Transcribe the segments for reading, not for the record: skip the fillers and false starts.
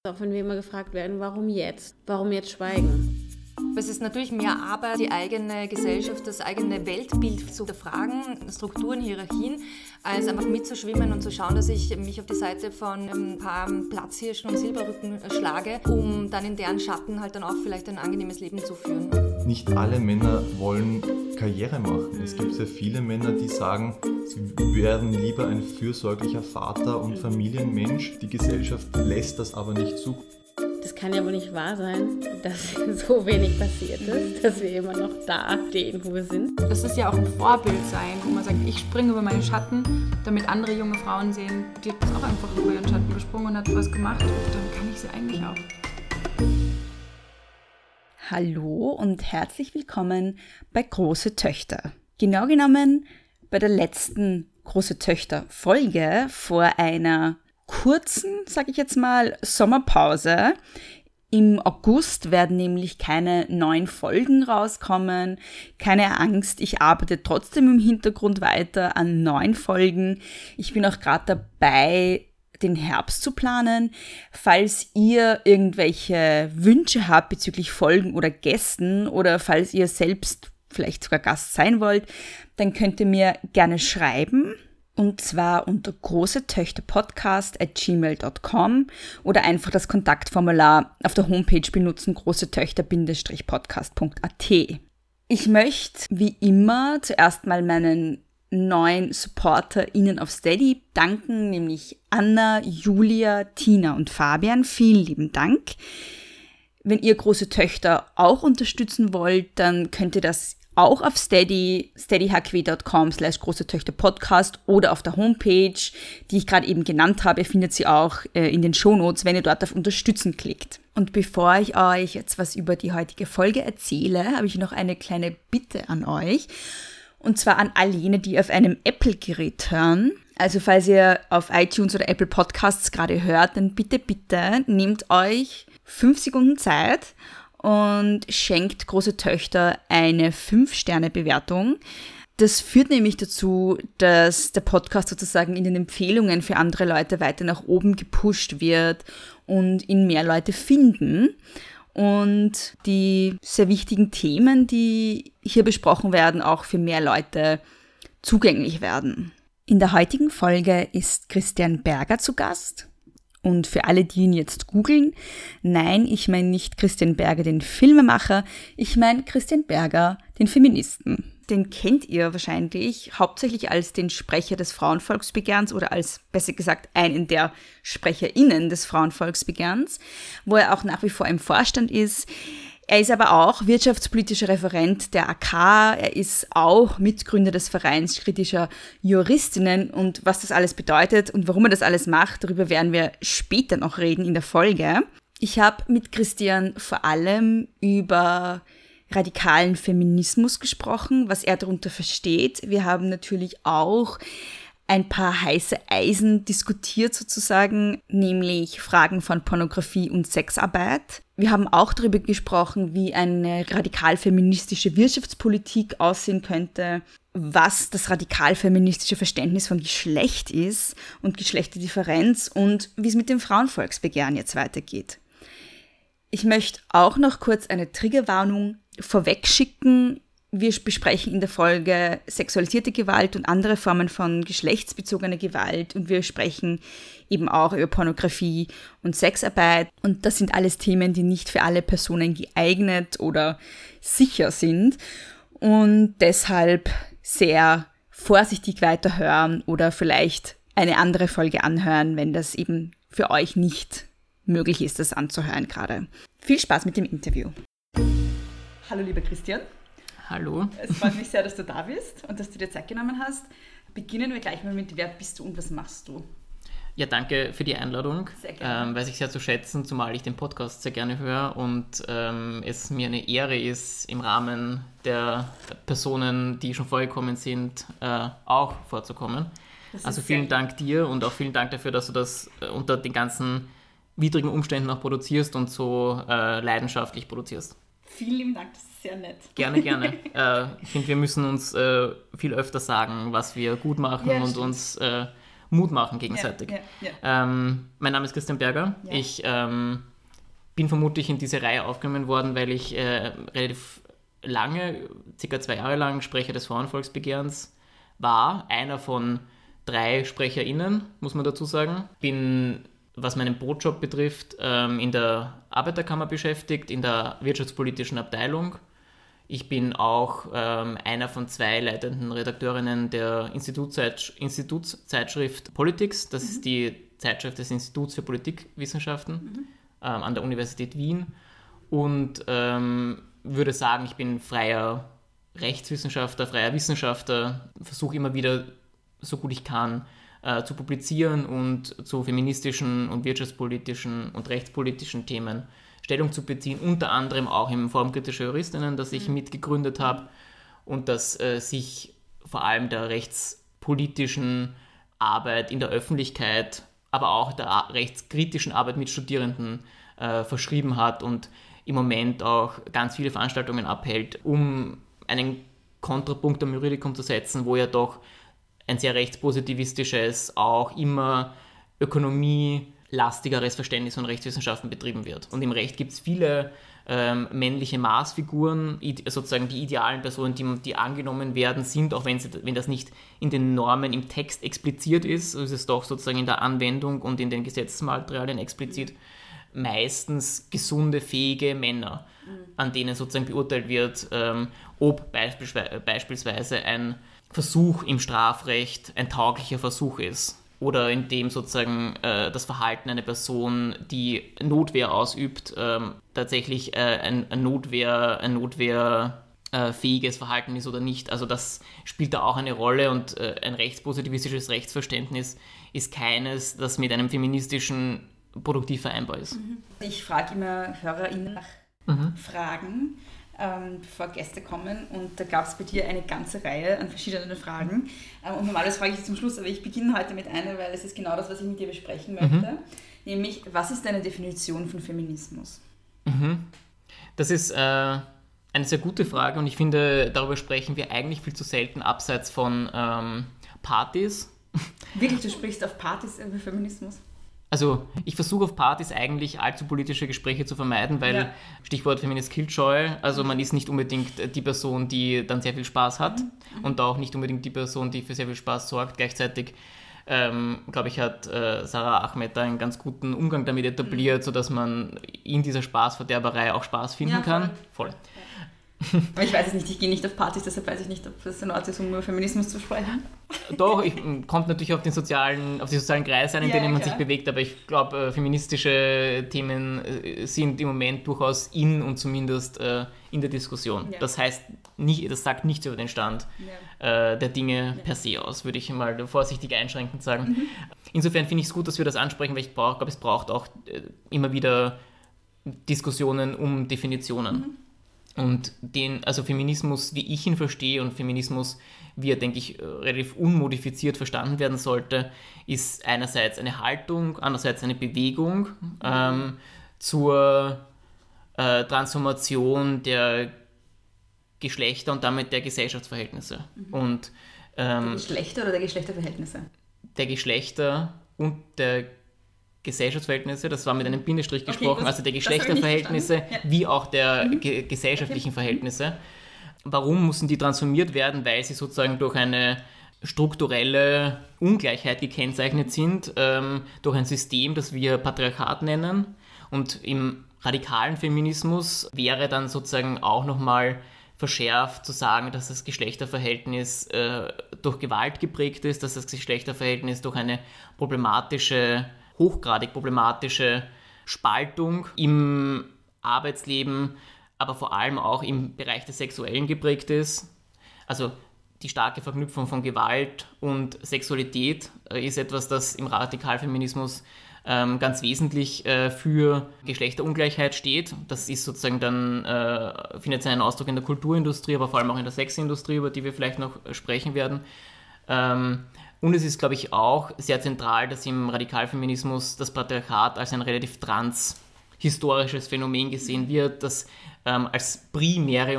Auch wenn wir immer gefragt werden, warum jetzt? Warum jetzt schweigen? Es ist natürlich mehr Arbeit, die eigene Gesellschaft, das eigene Weltbild zu hinterfragen, Strukturen, Hierarchien, als einfach mitzuschwimmen und zu schauen, dass ich mich auf die Seite von ein paar Platzhirschen und Silberrücken schlage, um dann in deren Schatten halt dann auch vielleicht ein angenehmes Leben zu führen. Nicht alle Männer wollen Karriere machen. Es gibt sehr viele Männer, die sagen, sie werden lieber ein fürsorglicher Vater und Familienmensch. Die Gesellschaft lässt das aber nicht zu. Das kann ja wohl nicht wahr sein, dass so wenig passiert ist, dass wir immer noch da stehen, wo wir sind. Das ist ja auch ein Vorbild sein, wo man sagt, ich springe über meinen Schatten, damit andere junge Frauen sehen, die hat auch einfach über ihren Schatten gesprungen und hat was gemacht und dann kann ich sie eigentlich auch. Hallo und herzlich willkommen bei Große Töchter. Genau genommen bei der letzten Große Töchter-Folge vor einer kurzen, sage ich jetzt mal, Sommerpause. Im August werden nämlich keine neuen Folgen rauskommen. Keine Angst, ich arbeite trotzdem im Hintergrund weiter an neuen Folgen. Ich bin auch gerade dabei, den Herbst zu planen. Falls ihr irgendwelche Wünsche habt bezüglich Folgen oder Gästen oder falls ihr selbst vielleicht sogar Gast sein wollt, dann könnt ihr mir gerne schreiben. Und zwar unter großetöchterpodcast@gmail.com oder einfach das Kontaktformular auf der Homepage benutzen, großetöchter-podcast.at. Ich möchte wie immer zuerst mal meinen neuen SupporterInnen auf Steady danken, nämlich Anna, Julia, Tina und Fabian. Vielen lieben Dank. Wenn ihr Große Töchter auch unterstützen wollt, dann könnt ihr das auch auf Steady, steadyhq.com/großetöchterpodcast oder auf der Homepage, die ich gerade eben genannt habe. Ihr findet sie auch in den Shownotes, wenn ihr dort auf Unterstützen klickt. Und bevor ich euch jetzt was über die heutige Folge erzähle, habe ich noch eine kleine Bitte an euch. Und zwar an all jene, die auf einem Apple-Gerät hören. Also falls ihr auf iTunes oder Apple Podcasts gerade hört, dann bitte nehmt euch 5 Sekunden Zeit und schenkt Große Töchter eine 5-Sterne-Bewertung. Das führt nämlich dazu, dass der Podcast sozusagen in den Empfehlungen für andere Leute weiter nach oben gepusht wird und ihn mehr Leute finden. Und die sehr wichtigen Themen, die hier besprochen werden, auch für mehr Leute zugänglich werden. In der heutigen Folge ist Christian Berger zu Gast. Und für alle, die ihn jetzt googeln, nein, ich meine nicht Christian Berger, den Filmemacher, ich meine Christian Berger, den Feministen. Den kennt ihr wahrscheinlich hauptsächlich als den Sprecher des Frauenvolksbegehrens oder als, besser gesagt, einen der SprecherInnen des Frauenvolksbegehrens, wo er auch nach wie vor im Vorstand ist. Er ist aber auch wirtschaftspolitischer Referent der AK, er ist auch Mitgründer des Vereins kritischer Juristinnen und was das alles bedeutet und warum er das alles macht, darüber werden wir später noch reden in der Folge. Ich habe mit Christian vor allem über radikalen Feminismus gesprochen, was er darunter versteht. Wir haben natürlich auch ein paar heiße Eisen diskutiert sozusagen, nämlich Fragen von Pornografie und Sexarbeit. Wir haben auch darüber gesprochen, wie eine radikal-feministische Wirtschaftspolitik aussehen könnte, was das radikal-feministische Verständnis von Geschlecht ist und Geschlechterdifferenz und wie es mit dem Frauenvolksbegehren jetzt weitergeht. Ich möchte auch noch kurz eine Triggerwarnung vorwegschicken. Wir besprechen in der Folge sexualisierte Gewalt und andere Formen von geschlechtsbezogener Gewalt und wir sprechen eben auch über Pornografie und Sexarbeit. Und das sind alles Themen, die nicht für alle Personen geeignet oder sicher sind und deshalb sehr vorsichtig weiterhören oder vielleicht eine andere Folge anhören, wenn das eben für euch nicht möglich ist, das anzuhören gerade. Viel Spaß mit dem Interview. Hallo lieber Christian. Hallo. Es freut mich sehr, dass du da bist und dass du dir Zeit genommen hast. Beginnen wir gleich mal mit, wer bist du und was machst du? Ja, danke für die Einladung. Sehr gerne. Weiß ich sehr zu schätzen, zumal ich den Podcast sehr gerne höre und es mir eine Ehre ist, im Rahmen der Personen, die schon vorgekommen sind, auch vorzukommen. Also vielen Dank dir und auch vielen Dank dafür, dass du das unter den ganzen widrigen Umständen auch produzierst und so leidenschaftlich produzierst. Vielen lieben Dank, das ist sehr nett. Gerne. Ich finde, wir müssen uns viel öfter sagen, was wir gut machen und uns Mut machen gegenseitig. Mein Name ist Christian Berger. Ja. Ich bin vermutlich in diese Reihe aufgenommen worden, weil ich relativ lange, ca. 2 Jahre lang, Sprecher des Frauenvolksbegehrens war. Einer von 3 SprecherInnen, muss man dazu sagen. Bin, was meinen Brotjob betrifft, in der Arbeiterkammer beschäftigt, in der wirtschaftspolitischen Abteilung. Ich bin auch einer von 2 leitenden Redakteurinnen der Institutszeitschrift Politics. Das ist die Zeitschrift des Instituts für Politikwissenschaften an der Universität Wien. Und würde sagen, ich bin freier Rechtswissenschaftler, freier Wissenschaftler, versuche immer wieder, so gut ich kann, zu publizieren und zu feministischen und wirtschaftspolitischen und rechtspolitischen Themen Stellung zu beziehen, unter anderem auch im Forum Kritischer Juristinnen, das ich mitgegründet habe und das sich vor allem der rechtspolitischen Arbeit in der Öffentlichkeit, aber auch der rechtskritischen Arbeit mit Studierenden verschrieben hat und im Moment auch ganz viele Veranstaltungen abhält, um einen Kontrapunkt am Juridikum zu setzen, wo ja doch ein sehr rechtspositivistisches, auch immer ökonomielastigeres Verständnis von Rechtswissenschaften betrieben wird. Und im Recht gibt es viele männliche Maßfiguren, sozusagen die idealen Personen, die angenommen werden, sind, auch wenn das nicht in den Normen im Text expliziert ist, so ist es doch sozusagen in der Anwendung und in den Gesetzesmaterialien explizit, meistens gesunde, fähige Männer, an denen sozusagen beurteilt wird, ob beispielsweise ein Versuch im Strafrecht ein tauglicher Versuch ist oder in dem sozusagen das Verhalten einer Person, die Notwehr ausübt, tatsächlich ein notwehrfähiges Verhalten ist oder nicht. Also das spielt da auch eine Rolle und ein rechtspositivistisches Rechtsverständnis ist keines, das mit einem feministischen produktiv vereinbar ist. Ich frage immer HörerInnen nach Fragen, bevor Gäste kommen, und da gab es bei dir eine ganze Reihe an verschiedenen Fragen. Und normalerweise frage ich sie zum Schluss, aber ich beginne heute mit einer, weil es ist genau das, was ich mit dir besprechen möchte. Nämlich, was ist deine Definition von Feminismus? Das ist eine sehr gute Frage und ich finde, darüber sprechen wir eigentlich viel zu selten abseits von Partys. Wirklich, du sprichst auf Partys über Feminismus? Also ich versuche auf Partys eigentlich allzu politische Gespräche zu vermeiden, weil Stichwort Feminist Killjoy, also man ist nicht unbedingt die Person, die dann sehr viel Spaß hat und auch nicht unbedingt die Person, die für sehr viel Spaß sorgt. Gleichzeitig, glaube ich, hat Sarah Ahmed da einen ganz guten Umgang damit etabliert, sodass man in dieser Spaßverderberei auch Spaß finden kann. Voll. Aber ich weiß es nicht, ich gehe nicht auf Partys, deshalb weiß ich nicht, ob das ein Ort ist, um über Feminismus zu sprechen. Doch, kommt natürlich auf die sozialen Kreise an, in denen man sich bewegt, aber ich glaube, feministische Themen sind im Moment durchaus in und zumindest in der Diskussion. Ja. Das heißt, das sagt nichts über den Stand der Dinge per se aus, würde ich mal vorsichtig einschränkend sagen. Insofern finde ich es gut, dass wir das ansprechen, weil ich glaube, es braucht auch immer wieder Diskussionen um Definitionen. Und also Feminismus, wie ich ihn verstehe, und Feminismus, wie er, denke ich, relativ unmodifiziert verstanden werden sollte, ist einerseits eine Haltung, andererseits eine Bewegung zur Transformation der Geschlechter und damit der Gesellschaftsverhältnisse. Und, der Geschlechter oder der Geschlechterverhältnisse? Der Geschlechter und der Gesellschaftsverhältnisse, das war mit einem Bindestrich gesprochen, also der Geschlechterverhältnisse wie auch der gesellschaftlichen Verhältnisse. Warum mussten die transformiert werden? Weil sie sozusagen durch eine strukturelle Ungleichheit gekennzeichnet sind, durch ein System, das wir Patriarchat nennen. Und im radikalen Feminismus wäre dann sozusagen auch nochmal verschärft zu sagen, dass das Geschlechterverhältnis durch Gewalt geprägt ist, dass das Geschlechterverhältnis durch eine hochgradig problematische Spaltung im Arbeitsleben, aber vor allem auch im Bereich des Sexuellen geprägt ist. Also die starke Verknüpfung von Gewalt und Sexualität ist etwas, das im Radikalfeminismus ganz wesentlich für Geschlechterungleichheit steht. Das ist sozusagen dann, findet seinen Ausdruck in der Kulturindustrie, aber vor allem auch in der Sexindustrie, über die wir vielleicht noch sprechen werden. Und es ist, glaube ich, auch sehr zentral, dass im Radikalfeminismus das Patriarchat als ein relativ transhistorisches Phänomen gesehen wird, das als primäre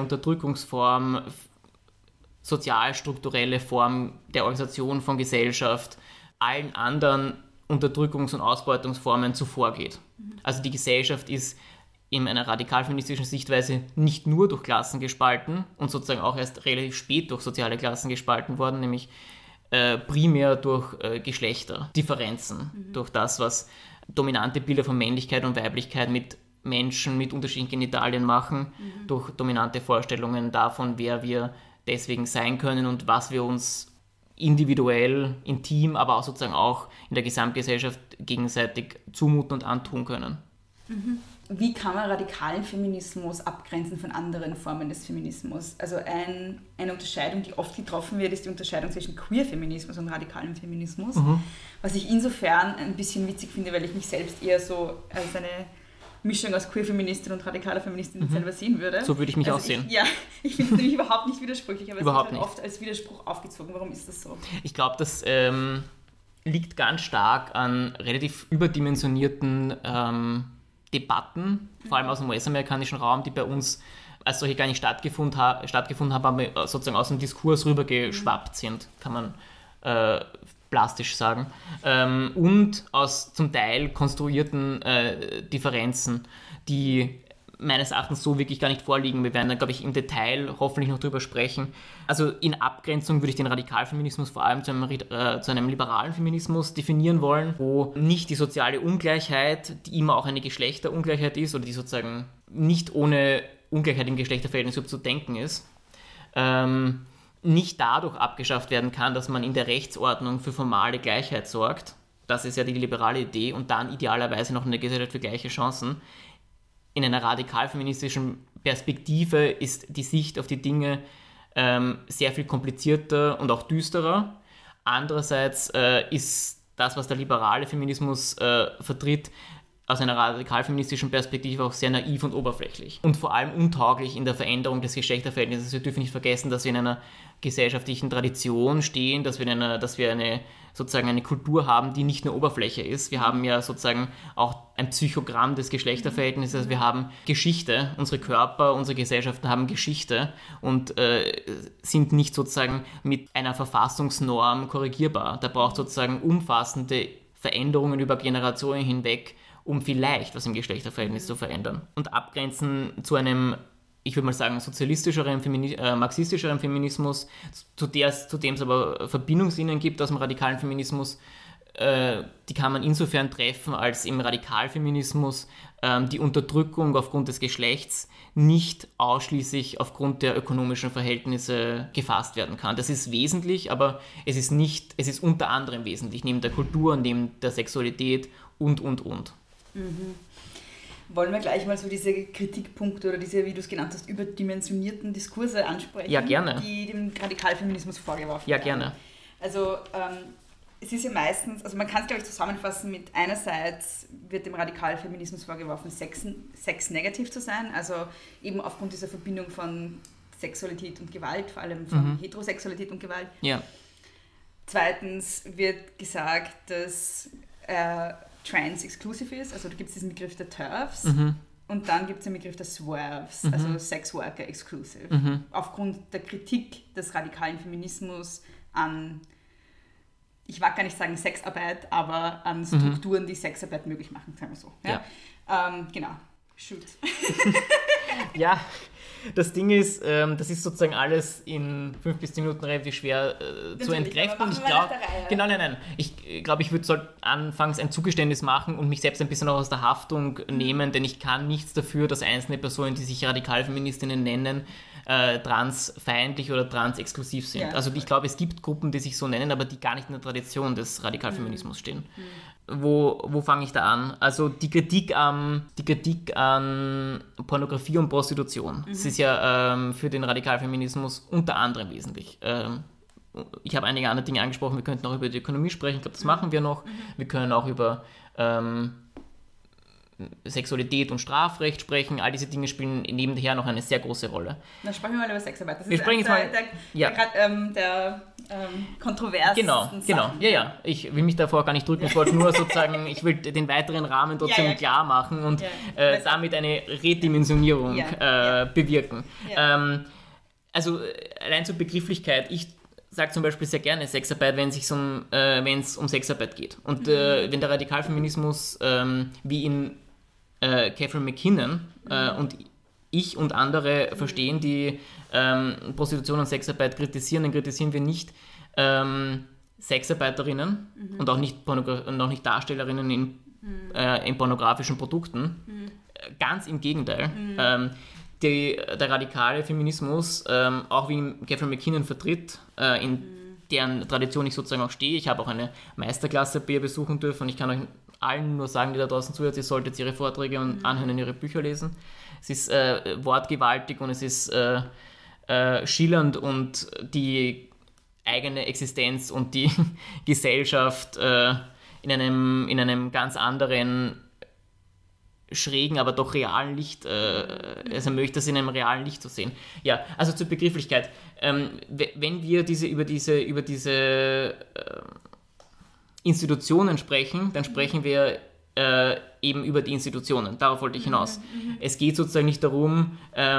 Unterdrückungsform, sozialstrukturelle Form der Organisation von Gesellschaft allen anderen Unterdrückungs- und Ausbeutungsformen zuvorgeht. Also die Gesellschaft ist in einer radikal-feministischen Sichtweise nicht nur durch Klassen gespalten und sozusagen auch erst relativ spät durch soziale Klassen gespalten worden, nämlich primär durch Geschlechterdifferenzen, durch das, was dominante Bilder von Männlichkeit und Weiblichkeit mit Menschen mit unterschiedlichen Genitalien machen, durch dominante Vorstellungen davon, wer wir deswegen sein können und was wir uns individuell, intim, aber auch sozusagen auch in der Gesamtgesellschaft gegenseitig zumuten und antun können. Wie kann man radikalen Feminismus abgrenzen von anderen Formen des Feminismus? Also eine Unterscheidung, die oft getroffen wird, ist die Unterscheidung zwischen Queer-Feminismus und radikalem Feminismus. Was ich insofern ein bisschen witzig finde, weil ich mich selbst eher so als eine Mischung aus Queer-Feministin und radikaler Feministin selber sehen würde. So würde ich mich auch sehen. Ich finde es nämlich überhaupt nicht widersprüchlich, aber überhaupt es wird halt oft als Widerspruch aufgezogen. Warum ist das so? Ich glaube, das liegt ganz stark an relativ überdimensionierten Debatten, vor allem aus dem US-amerikanischen Raum, die bei uns als solche gar nicht stattgefunden haben, aber sozusagen aus dem Diskurs rübergeschwappt sind, kann man plastisch sagen, und aus zum Teil konstruierten Differenzen, die meines Erachtens so wirklich gar nicht vorliegen. Wir werden da, glaube ich, im Detail hoffentlich noch drüber sprechen. Also in Abgrenzung würde ich den Radikalfeminismus vor allem zu einem liberalen Feminismus definieren wollen, wo nicht die soziale Ungleichheit, die immer auch eine Geschlechterungleichheit ist, oder die sozusagen nicht ohne Ungleichheit im Geschlechterverhältnis zu denken ist, nicht dadurch abgeschafft werden kann, dass man in der Rechtsordnung für formale Gleichheit sorgt. Das ist ja die liberale Idee, und dann idealerweise noch eine Gesellschaft für gleiche Chancen. In einer radikal-feministischen Perspektive ist die Sicht auf die Dinge sehr viel komplizierter und auch düsterer. Andererseits ist das, was der liberale Feminismus vertritt, aus einer radikal-feministischen Perspektive auch sehr naiv und oberflächlich. Und vor allem untauglich in der Veränderung des Geschlechterverhältnisses. Wir dürfen nicht vergessen, dass wir in einer gesellschaftlichen Tradition stehen, dass wir eine Kultur haben, die nicht nur Oberfläche ist. Wir haben ja sozusagen auch ein Psychogramm des Geschlechterverhältnisses. Also wir haben Geschichte, unsere Körper, unsere Gesellschaften haben Geschichte und sind nicht sozusagen mit einer Verfassungsnorm korrigierbar. Da braucht sozusagen umfassende Veränderungen über Generationen hinweg, um vielleicht was im Geschlechterverhältnis zu verändern. Und abgrenzen zu einem, ich würde mal sagen, sozialistischeren, marxistischeren Feminismus, zu dem es aber Verbindungslinien gibt aus dem radikalen Feminismus, die kann man insofern treffen, als im Radikalfeminismus die Unterdrückung aufgrund des Geschlechts nicht ausschließlich aufgrund der ökonomischen Verhältnisse gefasst werden kann. Das ist wesentlich, aber es ist unter anderem wesentlich, neben der Kultur, neben der Sexualität und. Wollen wir gleich mal so diese Kritikpunkte oder diese, wie du es genannt hast, überdimensionierten Diskurse ansprechen, ja, gerne, die dem Radikalfeminismus vorgeworfen werden? Ja, gerne. Also es ist ja meistens, also man kann es glaube ich zusammenfassen mit einerseits wird dem Radikalfeminismus vorgeworfen, Sex negativ zu sein, also eben aufgrund dieser Verbindung von Sexualität und Gewalt, vor allem von Heterosexualität und Gewalt. Ja. Zweitens wird gesagt, dass trans-exclusive ist, also da gibt es diesen Begriff der TERFs und dann gibt es den Begriff der SWERFs, also Sex Worker Exclusive. Aufgrund der Kritik des radikalen Feminismus an, ich mag gar nicht sagen Sexarbeit, aber an Strukturen, die Sexarbeit möglich machen, sagen wir so. Ja? Genau, shoot. Ja, das Ding ist, das ist sozusagen alles in 5 bis 10 Minuten relativ schwer zu entkräften. Ich glaube, ich würde anfangs ein Zugeständnis machen und mich selbst ein bisschen auch aus der Haftung nehmen, denn ich kann nichts dafür, dass einzelne Personen, die sich Radikalfeministinnen nennen, transfeindlich oder transexklusiv sind. Ja. Also ich glaube, es gibt Gruppen, die sich so nennen, aber die gar nicht in der Tradition des Radikalfeminismus stehen. Wo fange ich da an? Also die Kritik an Pornografie und Prostitution. Das ist ja für den Radikalfeminismus unter anderem wesentlich. Ich habe einige andere Dinge angesprochen, wir könnten auch über die Ökonomie sprechen, ich glaube, das machen wir noch. Wir können auch über Sexualität und Strafrecht sprechen. All diese Dinge spielen nebenher noch eine sehr große Rolle. Dann sprechen wir mal über Sexarbeit. Das wir ist sprechen jetzt mal, der kontroversesten Genau. Ja. Ich will mich davor gar nicht drücken. Ich wollte nur sozusagen, ich will den weiteren Rahmen trotzdem klar machen und damit eine Redimensionierung bewirken. Ja. Also allein zur Begrifflichkeit. Ich sage zum Beispiel sehr gerne Sexarbeit, wenn es um Sexarbeit geht. Und wenn der Radikalfeminismus, wie ihn Catherine McKinnon und ich und andere verstehen, die Prostitution und Sexarbeit kritisieren, dann kritisieren wir nicht Sexarbeiterinnen und auch nicht Darstellerinnen in pornografischen Produkten. Ganz im Gegenteil. Der radikale Feminismus, auch wie ihn Catherine McKinnon vertritt, in deren Tradition ich sozusagen auch stehe. Ich habe auch eine Meisterklasse bei ihr besuchen dürfen und ich kann euch allen nur sagen, die da draußen zuhört, ihr solltet ihre Vorträge und anhören und ihre Bücher lesen. Es ist wortgewaltig und es ist schillernd und die eigene Existenz und die Gesellschaft in einem ganz anderen schrägen, aber doch realen Licht, also möchte das in einem realen Licht zu sehen. Ja, also zur Begrifflichkeit. Wenn wir über diese Institutionen sprechen, dann sprechen wir eben über die Institutionen. Darauf wollte ich hinaus. Es geht sozusagen nicht darum,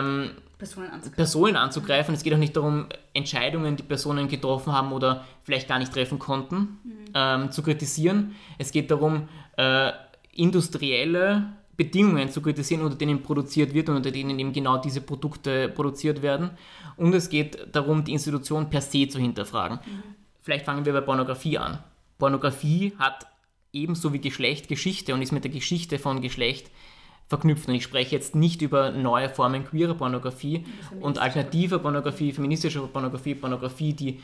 Personen anzugreifen. Es geht auch nicht darum, Entscheidungen, die Personen getroffen haben oder vielleicht gar nicht treffen konnten, zu kritisieren. Es geht darum, industrielle Bedingungen zu kritisieren, unter denen produziert wird und unter denen eben genau diese Produkte produziert werden. Und es geht darum, die Institution per se zu hinterfragen. Vielleicht fangen wir bei Pornografie an. Pornografie hat ebenso wie Geschlecht Geschichte und ist mit der Geschichte von Geschlecht verknüpft. Und ich spreche jetzt nicht über neue Formen queerer Pornografie und alternativer Pornografie, feministischer Pornografie, die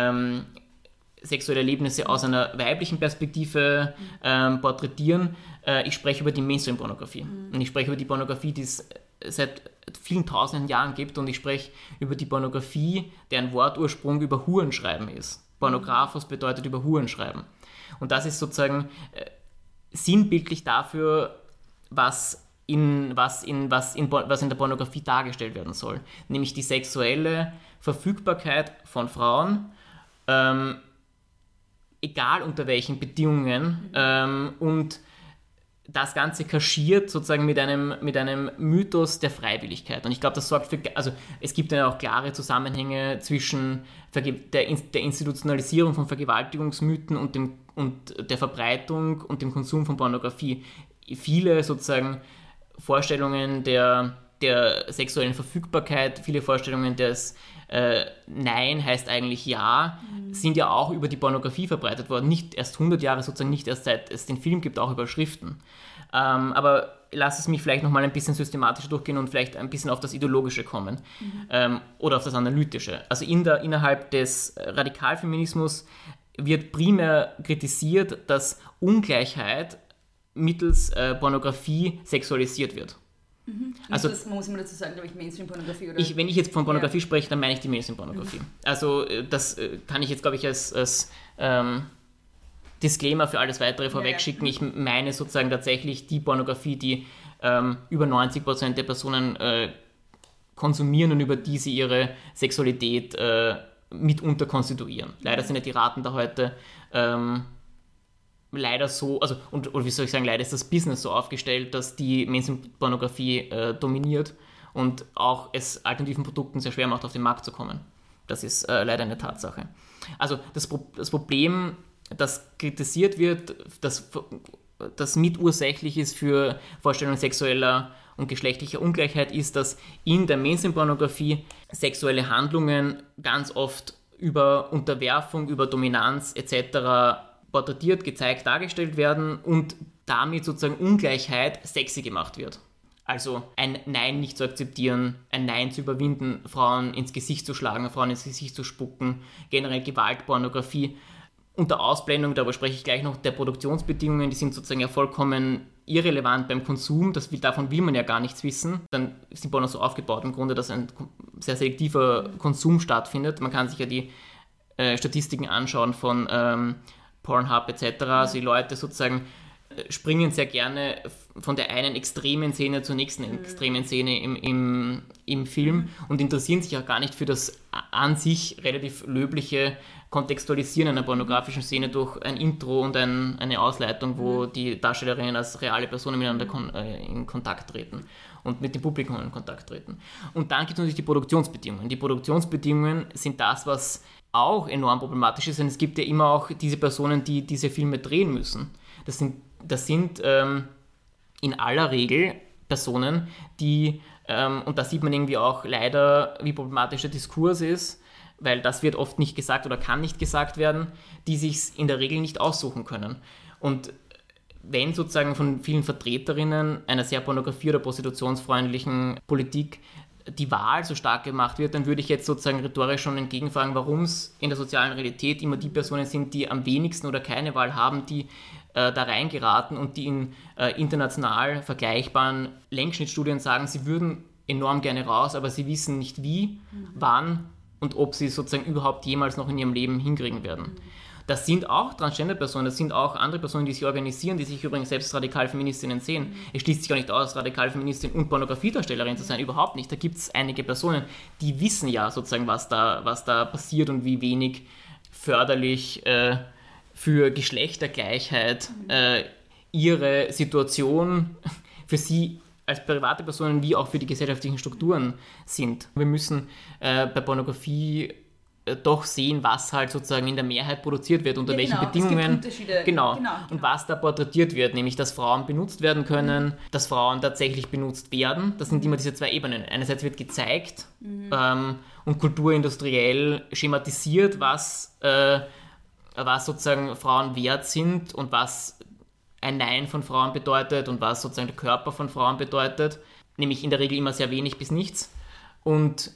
sexuelle Erlebnisse aus einer weiblichen Perspektive porträtieren. Ich spreche über die Mainstream-Pornografie. Und ich spreche über die Pornografie, die es seit vielen tausenden Jahren gibt. Und ich spreche über die Pornografie, deren Wortursprung über Hurenschreiben ist. Pornographos bedeutet über Hurenschreiben. Und das ist sozusagen sinnbildlich dafür, was in der Pornografie dargestellt werden soll. Nämlich die sexuelle Verfügbarkeit von Frauen, egal unter welchen Bedingungen, und das Ganze kaschiert sozusagen mit einem Mythos der Freiwilligkeit. Und ich glaube, das sorgt für, also es gibt ja auch klare Zusammenhänge zwischen der Institutionalisierung von Vergewaltigungsmythen und der Verbreitung und dem Konsum von Pornografie. Viele sozusagen Vorstellungen der sexuellen Verfügbarkeit, viele Vorstellungen des Nein heißt eigentlich Ja, sind ja auch über die Pornografie verbreitet worden. Nicht erst 100 Jahre, sozusagen nicht erst seit es den Film gibt, auch über Schriften. Aber lass es mich vielleicht nochmal ein bisschen systematischer durchgehen und vielleicht ein bisschen auf das Ideologische kommen oder auf das Analytische. Also innerhalb des Radikalfeminismus wird primär kritisiert, dass Ungleichheit mittels Pornografie sexualisiert wird. Also, das muss man dazu sagen, glaube ich, Mainstream-Pornografie, oder? Wenn ich jetzt von Pornografie spreche, dann meine ich die Mainstream-Pornografie. Also das kann ich jetzt, glaube ich, als Disclaimer für alles Weitere vorwegschicken. Ich meine sozusagen tatsächlich die Pornografie, die über 90% der Personen konsumieren und über die sie ihre Sexualität mitunter konstituieren. Leider sind ja die Raten da heute leider so, also, oder wie soll ich sagen, leider ist das Business so aufgestellt, dass die Mainstream-Pornografie dominiert und auch es alternativen Produkten sehr schwer macht, auf den Markt zu kommen. Das ist leider eine Tatsache. Also das Problem, das kritisiert wird, das mitursächlich ist für Vorstellungen sexueller und geschlechtlicher Ungleichheit, ist, dass in der Mainstream-Pornografie sexuelle Handlungen ganz oft über Unterwerfung, über Dominanz etc. porträtiert, gezeigt, dargestellt werden und damit sozusagen Ungleichheit sexy gemacht wird. Also ein Nein nicht zu akzeptieren, ein Nein zu überwinden, Frauen ins Gesicht zu schlagen, Frauen ins Gesicht zu spucken, generell Gewalt, Pornografie. Unter Ausblendung, darüber spreche ich gleich noch, der Produktionsbedingungen, die sind sozusagen ja vollkommen irrelevant beim Konsum, davon will man ja gar nichts wissen. Dann sind Pornos so aufgebaut im Grunde, dass ein sehr selektiver Konsum stattfindet. Man kann sich ja die Statistiken anschauen von Pornhub etc. Also die Leute sozusagen springen sehr gerne von der einen extremen Szene zur nächsten extremen Szene im Film und interessieren sich auch gar nicht für das an sich relativ löbliche Kontextualisieren einer pornografischen Szene durch ein Intro und eine Ausleitung, wo die Darstellerinnen als reale Personen miteinander in Kontakt treten und mit dem Publikum in Kontakt treten. Und dann gibt es natürlich die Produktionsbedingungen. Die Produktionsbedingungen sind das, was auch enorm problematisch ist, denn es gibt ja immer auch diese Personen, die diese Filme drehen müssen. Das sind in aller Regel Personen, die, und da sieht man irgendwie auch leider, wie problematisch der Diskurs ist, weil das wird oft nicht gesagt oder kann nicht gesagt werden, die sich in der Regel nicht aussuchen können. Und wenn sozusagen von vielen Vertreterinnen einer sehr pornografie- oder prostitutionsfreundlichen Politik die Wahl so stark gemacht wird, dann würde ich jetzt sozusagen rhetorisch schon entgegenfragen, warum es in der sozialen Realität immer die Personen sind, die am wenigsten oder keine Wahl haben, die da reingeraten und die in international vergleichbaren Längsschnittstudien sagen, sie würden enorm gerne raus, aber sie wissen nicht wie, wann und ob sie sozusagen überhaupt jemals noch in ihrem Leben hinkriegen werden. Das sind auch Transgender-Personen, das sind auch andere Personen, die sich organisieren, die sich übrigens selbst Radikal-Feministinnen sehen. Es schließt sich auch nicht aus, Radikal-Feministin und Pornografiedarstellerin zu sein, überhaupt nicht. Da gibt es einige Personen, die wissen ja sozusagen, was da passiert und wie wenig förderlich für Geschlechtergleichheit ihre Situation für sie als private Personen wie auch für die gesellschaftlichen Strukturen sind. Wir müssen bei Pornografie doch sehen, was halt sozusagen in der Mehrheit produziert wird, unter welchen Bedingungen. Es gibt Unterschiede. Genau. Und was da porträtiert wird, nämlich, dass Frauen benutzt werden können, dass Frauen tatsächlich benutzt werden. Das sind immer diese zwei Ebenen. Einerseits wird gezeigt und kulturindustriell schematisiert, was sozusagen Frauen wert sind und was ein Nein von Frauen bedeutet und was sozusagen der Körper von Frauen bedeutet, nämlich in der Regel immer sehr wenig bis nichts, und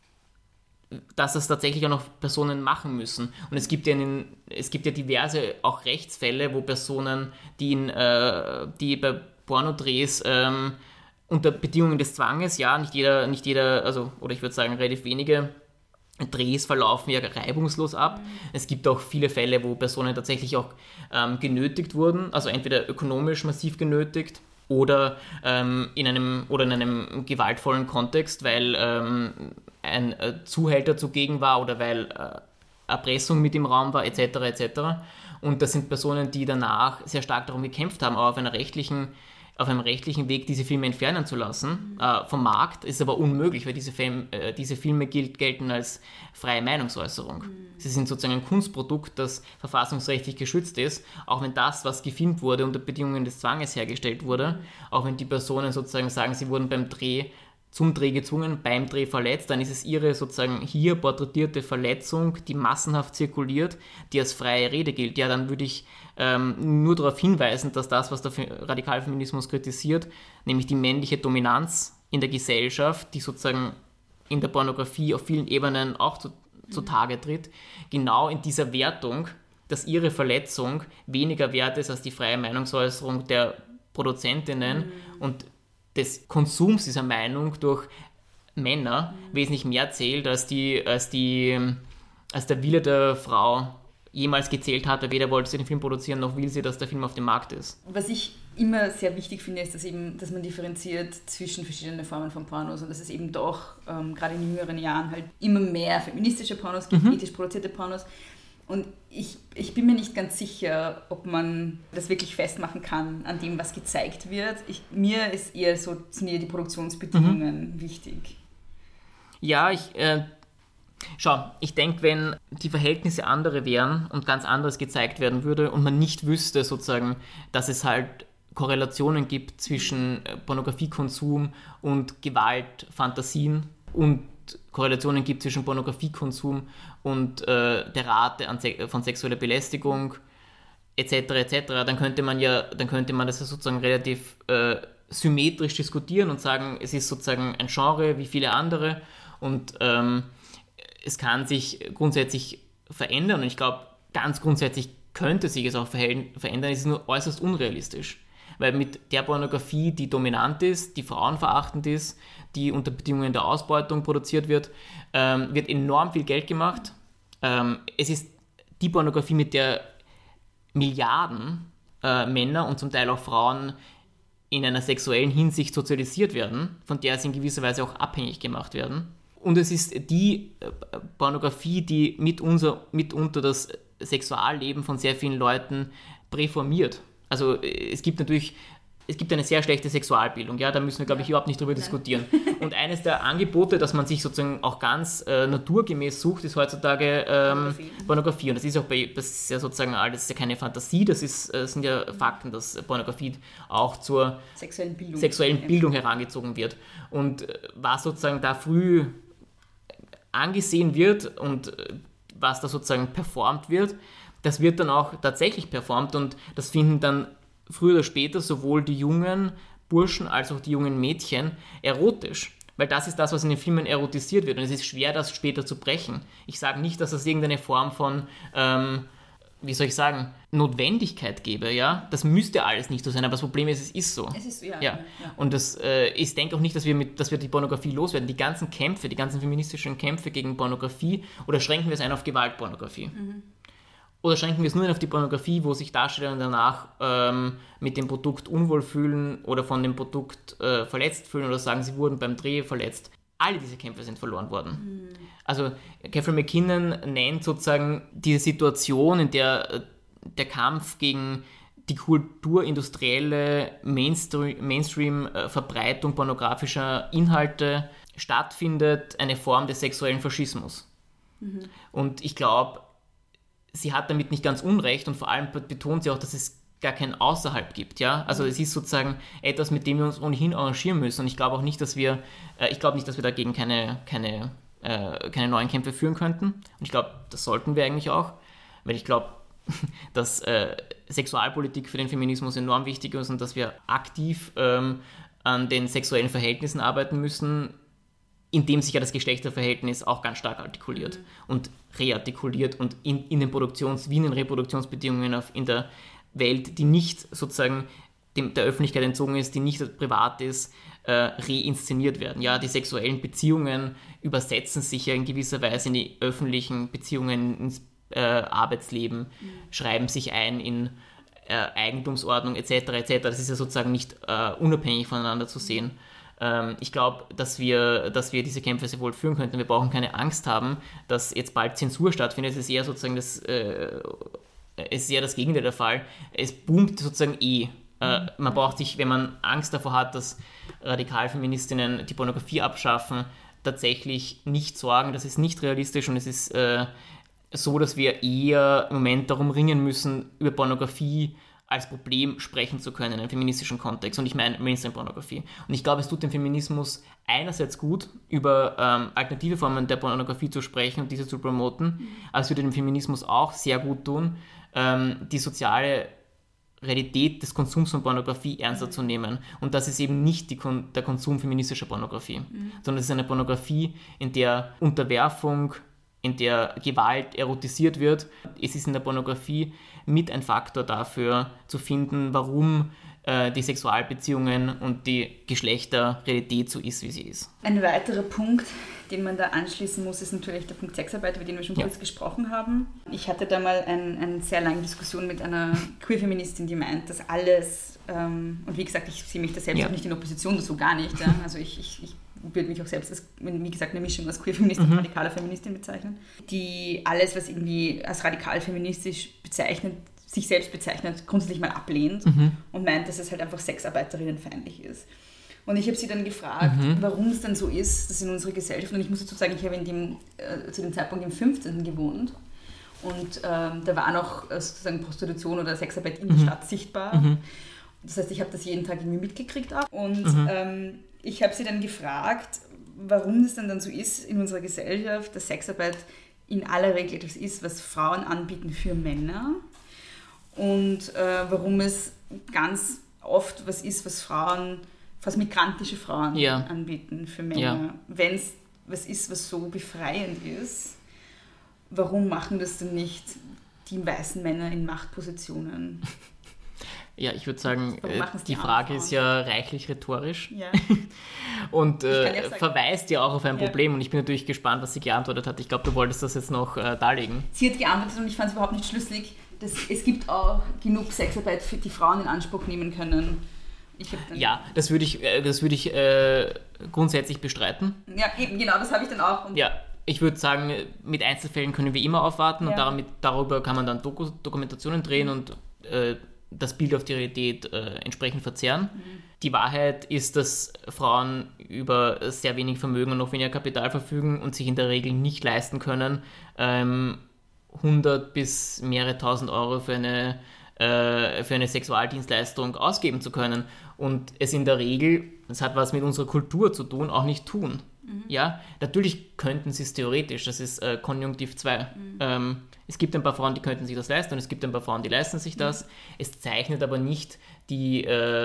dass das tatsächlich auch noch Personen machen müssen. Und es gibt ja diverse auch Rechtsfälle, wo Personen, die bei Pornodrehs unter Bedingungen des Zwanges, ja, nicht jeder, also, oder ich würde sagen relativ wenige Drehs verlaufen ja reibungslos ab. Es gibt auch viele Fälle, wo Personen tatsächlich auch genötigt wurden, also entweder ökonomisch massiv genötigt oder in einem gewaltvollen Kontext, weil ein Zuhälter zugegen war oder weil Erpressung mit im Raum war, etc. etc. Und das sind Personen, die danach sehr stark darum gekämpft haben, auch auf einem rechtlichen Weg diese Filme entfernen zu lassen. Vom Markt ist aber unmöglich, weil diese Filme gelten als freie Meinungsäußerung. Sie sind sozusagen ein Kunstprodukt, das verfassungsrechtlich geschützt ist, auch wenn das, was gefilmt wurde, unter Bedingungen des Zwanges hergestellt wurde, auch wenn die Personen sozusagen sagen, sie wurden zum Dreh gezwungen, beim Dreh verletzt, dann ist es ihre sozusagen hier porträtierte Verletzung, die massenhaft zirkuliert, die als freie Rede gilt. Ja, dann würde ich nur darauf hinweisen, dass das, was der Radikalfeminismus kritisiert, nämlich die männliche Dominanz in der Gesellschaft, die sozusagen in der Pornografie auf vielen Ebenen auch zutage tritt, genau in dieser Wertung, dass ihre Verletzung weniger wert ist als die freie Meinungsäußerung der Produzentinnen und des Konsums dieser Meinung durch Männer wesentlich mehr zählt, als der Wille der Frau jemals gezählt hat, weil weder wollte sie den Film produzieren, noch will sie, dass der Film auf dem Markt ist. Was ich immer sehr wichtig finde, ist, dass man differenziert zwischen verschiedenen Formen von Pornos und dass es eben doch gerade in jüngeren Jahren halt immer mehr feministische Pornos gibt, ethisch produzierte Pornos. Und ich bin mir nicht ganz sicher, ob man das wirklich festmachen kann an dem, was gezeigt wird. Mir ist sind eher die Produktionsbedingungen wichtig. Ja, ich denke, wenn die Verhältnisse andere wären und ganz anderes gezeigt werden würde und man nicht wüsste sozusagen, dass es halt Korrelationen gibt zwischen Pornografiekonsum und Gewalt, Fantasien und Korrelationen gibt zwischen Pornografiekonsum und der Rate von sexueller Belästigung etc. etc., dann könnte man das sozusagen relativ symmetrisch diskutieren und sagen, es ist sozusagen ein Genre wie viele andere und es kann sich grundsätzlich verändern und ich glaube, ganz grundsätzlich könnte sich es auch verändern, es ist nur äußerst unrealistisch. Weil mit der Pornografie, die dominant ist, die frauenverachtend ist, die unter Bedingungen der Ausbeutung produziert wird, wird enorm viel Geld gemacht. Es ist die Pornografie, mit der Milliarden Männer und zum Teil auch Frauen in einer sexuellen Hinsicht sozialisiert werden, von der sie in gewisser Weise auch abhängig gemacht werden. Und es ist die Pornografie, die mitunter das Sexualleben von sehr vielen Leuten präformiert. Also es gibt eine sehr schlechte Sexualbildung, ja, da müssen wir, glaube ich, überhaupt nicht drüber diskutieren. Und eines der Angebote, das man sich sozusagen auch ganz naturgemäß sucht, ist heutzutage Pornografie. Und das ist ja sozusagen alles, ja keine Fantasie, das sind ja Fakten, dass Pornografie auch zur sexuellen Bildung herangezogen wird. Und was sozusagen da früh angesehen wird und was da sozusagen performt wird, das wird dann auch tatsächlich performt und das finden dann früher oder später sowohl die jungen Burschen als auch die jungen Mädchen erotisch. Weil das ist das, was in den Filmen erotisiert wird. Und es ist schwer, das später zu brechen. Ich sage nicht, dass es irgendeine Form von, Notwendigkeit gäbe. Ja? Das müsste alles nicht so sein, aber das Problem ist, es ist so. Es ist so, ja. Und ich denke auch nicht, dass wir die Pornografie loswerden. Die ganzen feministischen Kämpfe gegen Pornografie, oder schränken wir es ein auf Gewaltpornografie? Oder schränken wir es nur auf die Pornografie, wo sich Darsteller danach mit dem Produkt unwohl fühlen oder von dem Produkt verletzt fühlen oder sagen, sie wurden beim Dreh verletzt. Alle diese Kämpfe sind verloren worden. Also Catherine McKinnon nennt sozusagen diese Situation, in der der Kampf gegen die kulturindustrielle Mainstream-Verbreitung pornografischer Inhalte stattfindet, eine Form des sexuellen Faschismus. Und ich glaube, sie hat damit nicht ganz unrecht und vor allem betont sie auch, dass es gar kein Außerhalb gibt, ja. Also es ist sozusagen etwas, mit dem wir uns ohnehin arrangieren müssen und ich glaube nicht, dass wir dagegen keine neuen Kämpfe führen könnten und ich glaube, das sollten wir eigentlich auch, weil ich glaube, dass Sexualpolitik für den Feminismus enorm wichtig ist und dass wir aktiv an den sexuellen Verhältnissen arbeiten müssen, indem sich ja das Geschlechterverhältnis auch ganz stark artikuliert und reartikuliert und in den wie in den Reproduktionsbedingungen in der Welt, die nicht sozusagen der Öffentlichkeit entzogen ist, die nicht privat ist, reinszeniert werden. Ja, die sexuellen Beziehungen übersetzen sich ja in gewisser Weise in die öffentlichen Beziehungen, ins Arbeitsleben, schreiben sich ein in Eigentumsordnung etc. Das ist ja sozusagen nicht unabhängig voneinander zu sehen. Ich glaube, dass wir diese Kämpfe sehr wohl führen könnten. Wir brauchen keine Angst haben, dass jetzt bald Zensur stattfindet. Es ist eher sozusagen das Gegenteil der Fall. Es boomt sozusagen Man braucht sich, wenn man Angst davor hat, dass Radikalfeministinnen die Pornografie abschaffen, tatsächlich nicht sorgen. Das ist nicht realistisch und es ist so, dass wir eher im Moment darum ringen müssen, über Pornografie als Problem sprechen zu können in einem feministischen Kontext. Und ich meine Mainstream-Pornografie. Und ich glaube, es tut dem Feminismus einerseits gut, über alternative Formen der Pornografie zu sprechen und diese zu promoten, aber es würde dem Feminismus auch sehr gut tun, die soziale Realität des Konsums von Pornografie ernster zu nehmen. Und das ist eben nicht der Konsum feministischer Pornografie, sondern es ist eine Pornografie, in der Unterwerfung, in der Gewalt erotisiert wird. Es ist in der Pornografie mit ein Faktor dafür zu finden, warum die Sexualbeziehungen und die Geschlechterrealität so ist, wie sie ist. Ein weiterer Punkt, den man da anschließen muss, ist natürlich der Punkt Sexarbeit, über den wir schon kurz gesprochen haben. Ich hatte da mal eine sehr lange Diskussion mit einer Queer-Feministin, die meint, dass alles, und wie gesagt, ich sehe mich da selbst auch nicht in Opposition dazu, gar nicht. Ja? Also ich würde mich auch selbst als, wie gesagt, eine Mischung aus Queer-Feministin und radikaler Feministin bezeichnen, die alles, was irgendwie als radikal-feministisch bezeichnet, sich selbst bezeichnet, grundsätzlich mal ablehnt und meint, dass es halt einfach sexarbeiterinnenfeindlich ist. Und ich habe sie dann gefragt, warum es dann so ist, dass in unserer Gesellschaft, und ich muss dazu sagen, ich habe zu dem Zeitpunkt im 15. gewohnt und da war noch sozusagen Prostitution oder Sexarbeit in der Stadt sichtbar. Das heißt, ich habe das jeden Tag irgendwie mitgekriegt auch. Und ich habe sie dann gefragt, warum das dann so ist in unserer Gesellschaft, dass Sexarbeit in aller Regel etwas ist, was Frauen anbieten für Männer. Und warum es ganz oft was ist, was migrantische Frauen anbieten für Männer. Ja. Wenn es was ist, was so befreiend ist, warum machen das denn nicht die weißen Männer in Machtpositionen? Ja, ich würde sagen, die Frage ist ja reichlich rhetorisch und verweist ja auch auf ein Problem und ich bin natürlich gespannt, was sie geantwortet hat. Ich glaube, du wolltest das jetzt noch darlegen. Sie hat geantwortet und ich fand es überhaupt nicht schlüssig. Es gibt auch genug Sexarbeit, die Frauen in Anspruch nehmen können Ja, das würde ich grundsätzlich bestreiten. Ja, eben, genau, das habe ich dann auch. Und ja, ich würde sagen, mit Einzelfällen können wir immer aufwarten und darüber kann man dann Dokumentationen drehen und das Bild auf die Realität entsprechend verzerren. Die Wahrheit ist, dass Frauen über sehr wenig Vermögen und noch weniger Kapital verfügen und sich in der Regel nicht leisten können, 100 bis mehrere tausend Euro für eine Sexualdienstleistung ausgeben zu können und es in der Regel, das hat was mit unserer Kultur zu tun, auch nicht tun. Ja, natürlich könnten sie es theoretisch, das ist Konjunktiv 2. Es gibt ein paar Frauen, die könnten sich das leisten und es gibt ein paar Frauen, die leisten sich das. Es zeichnet aber nicht die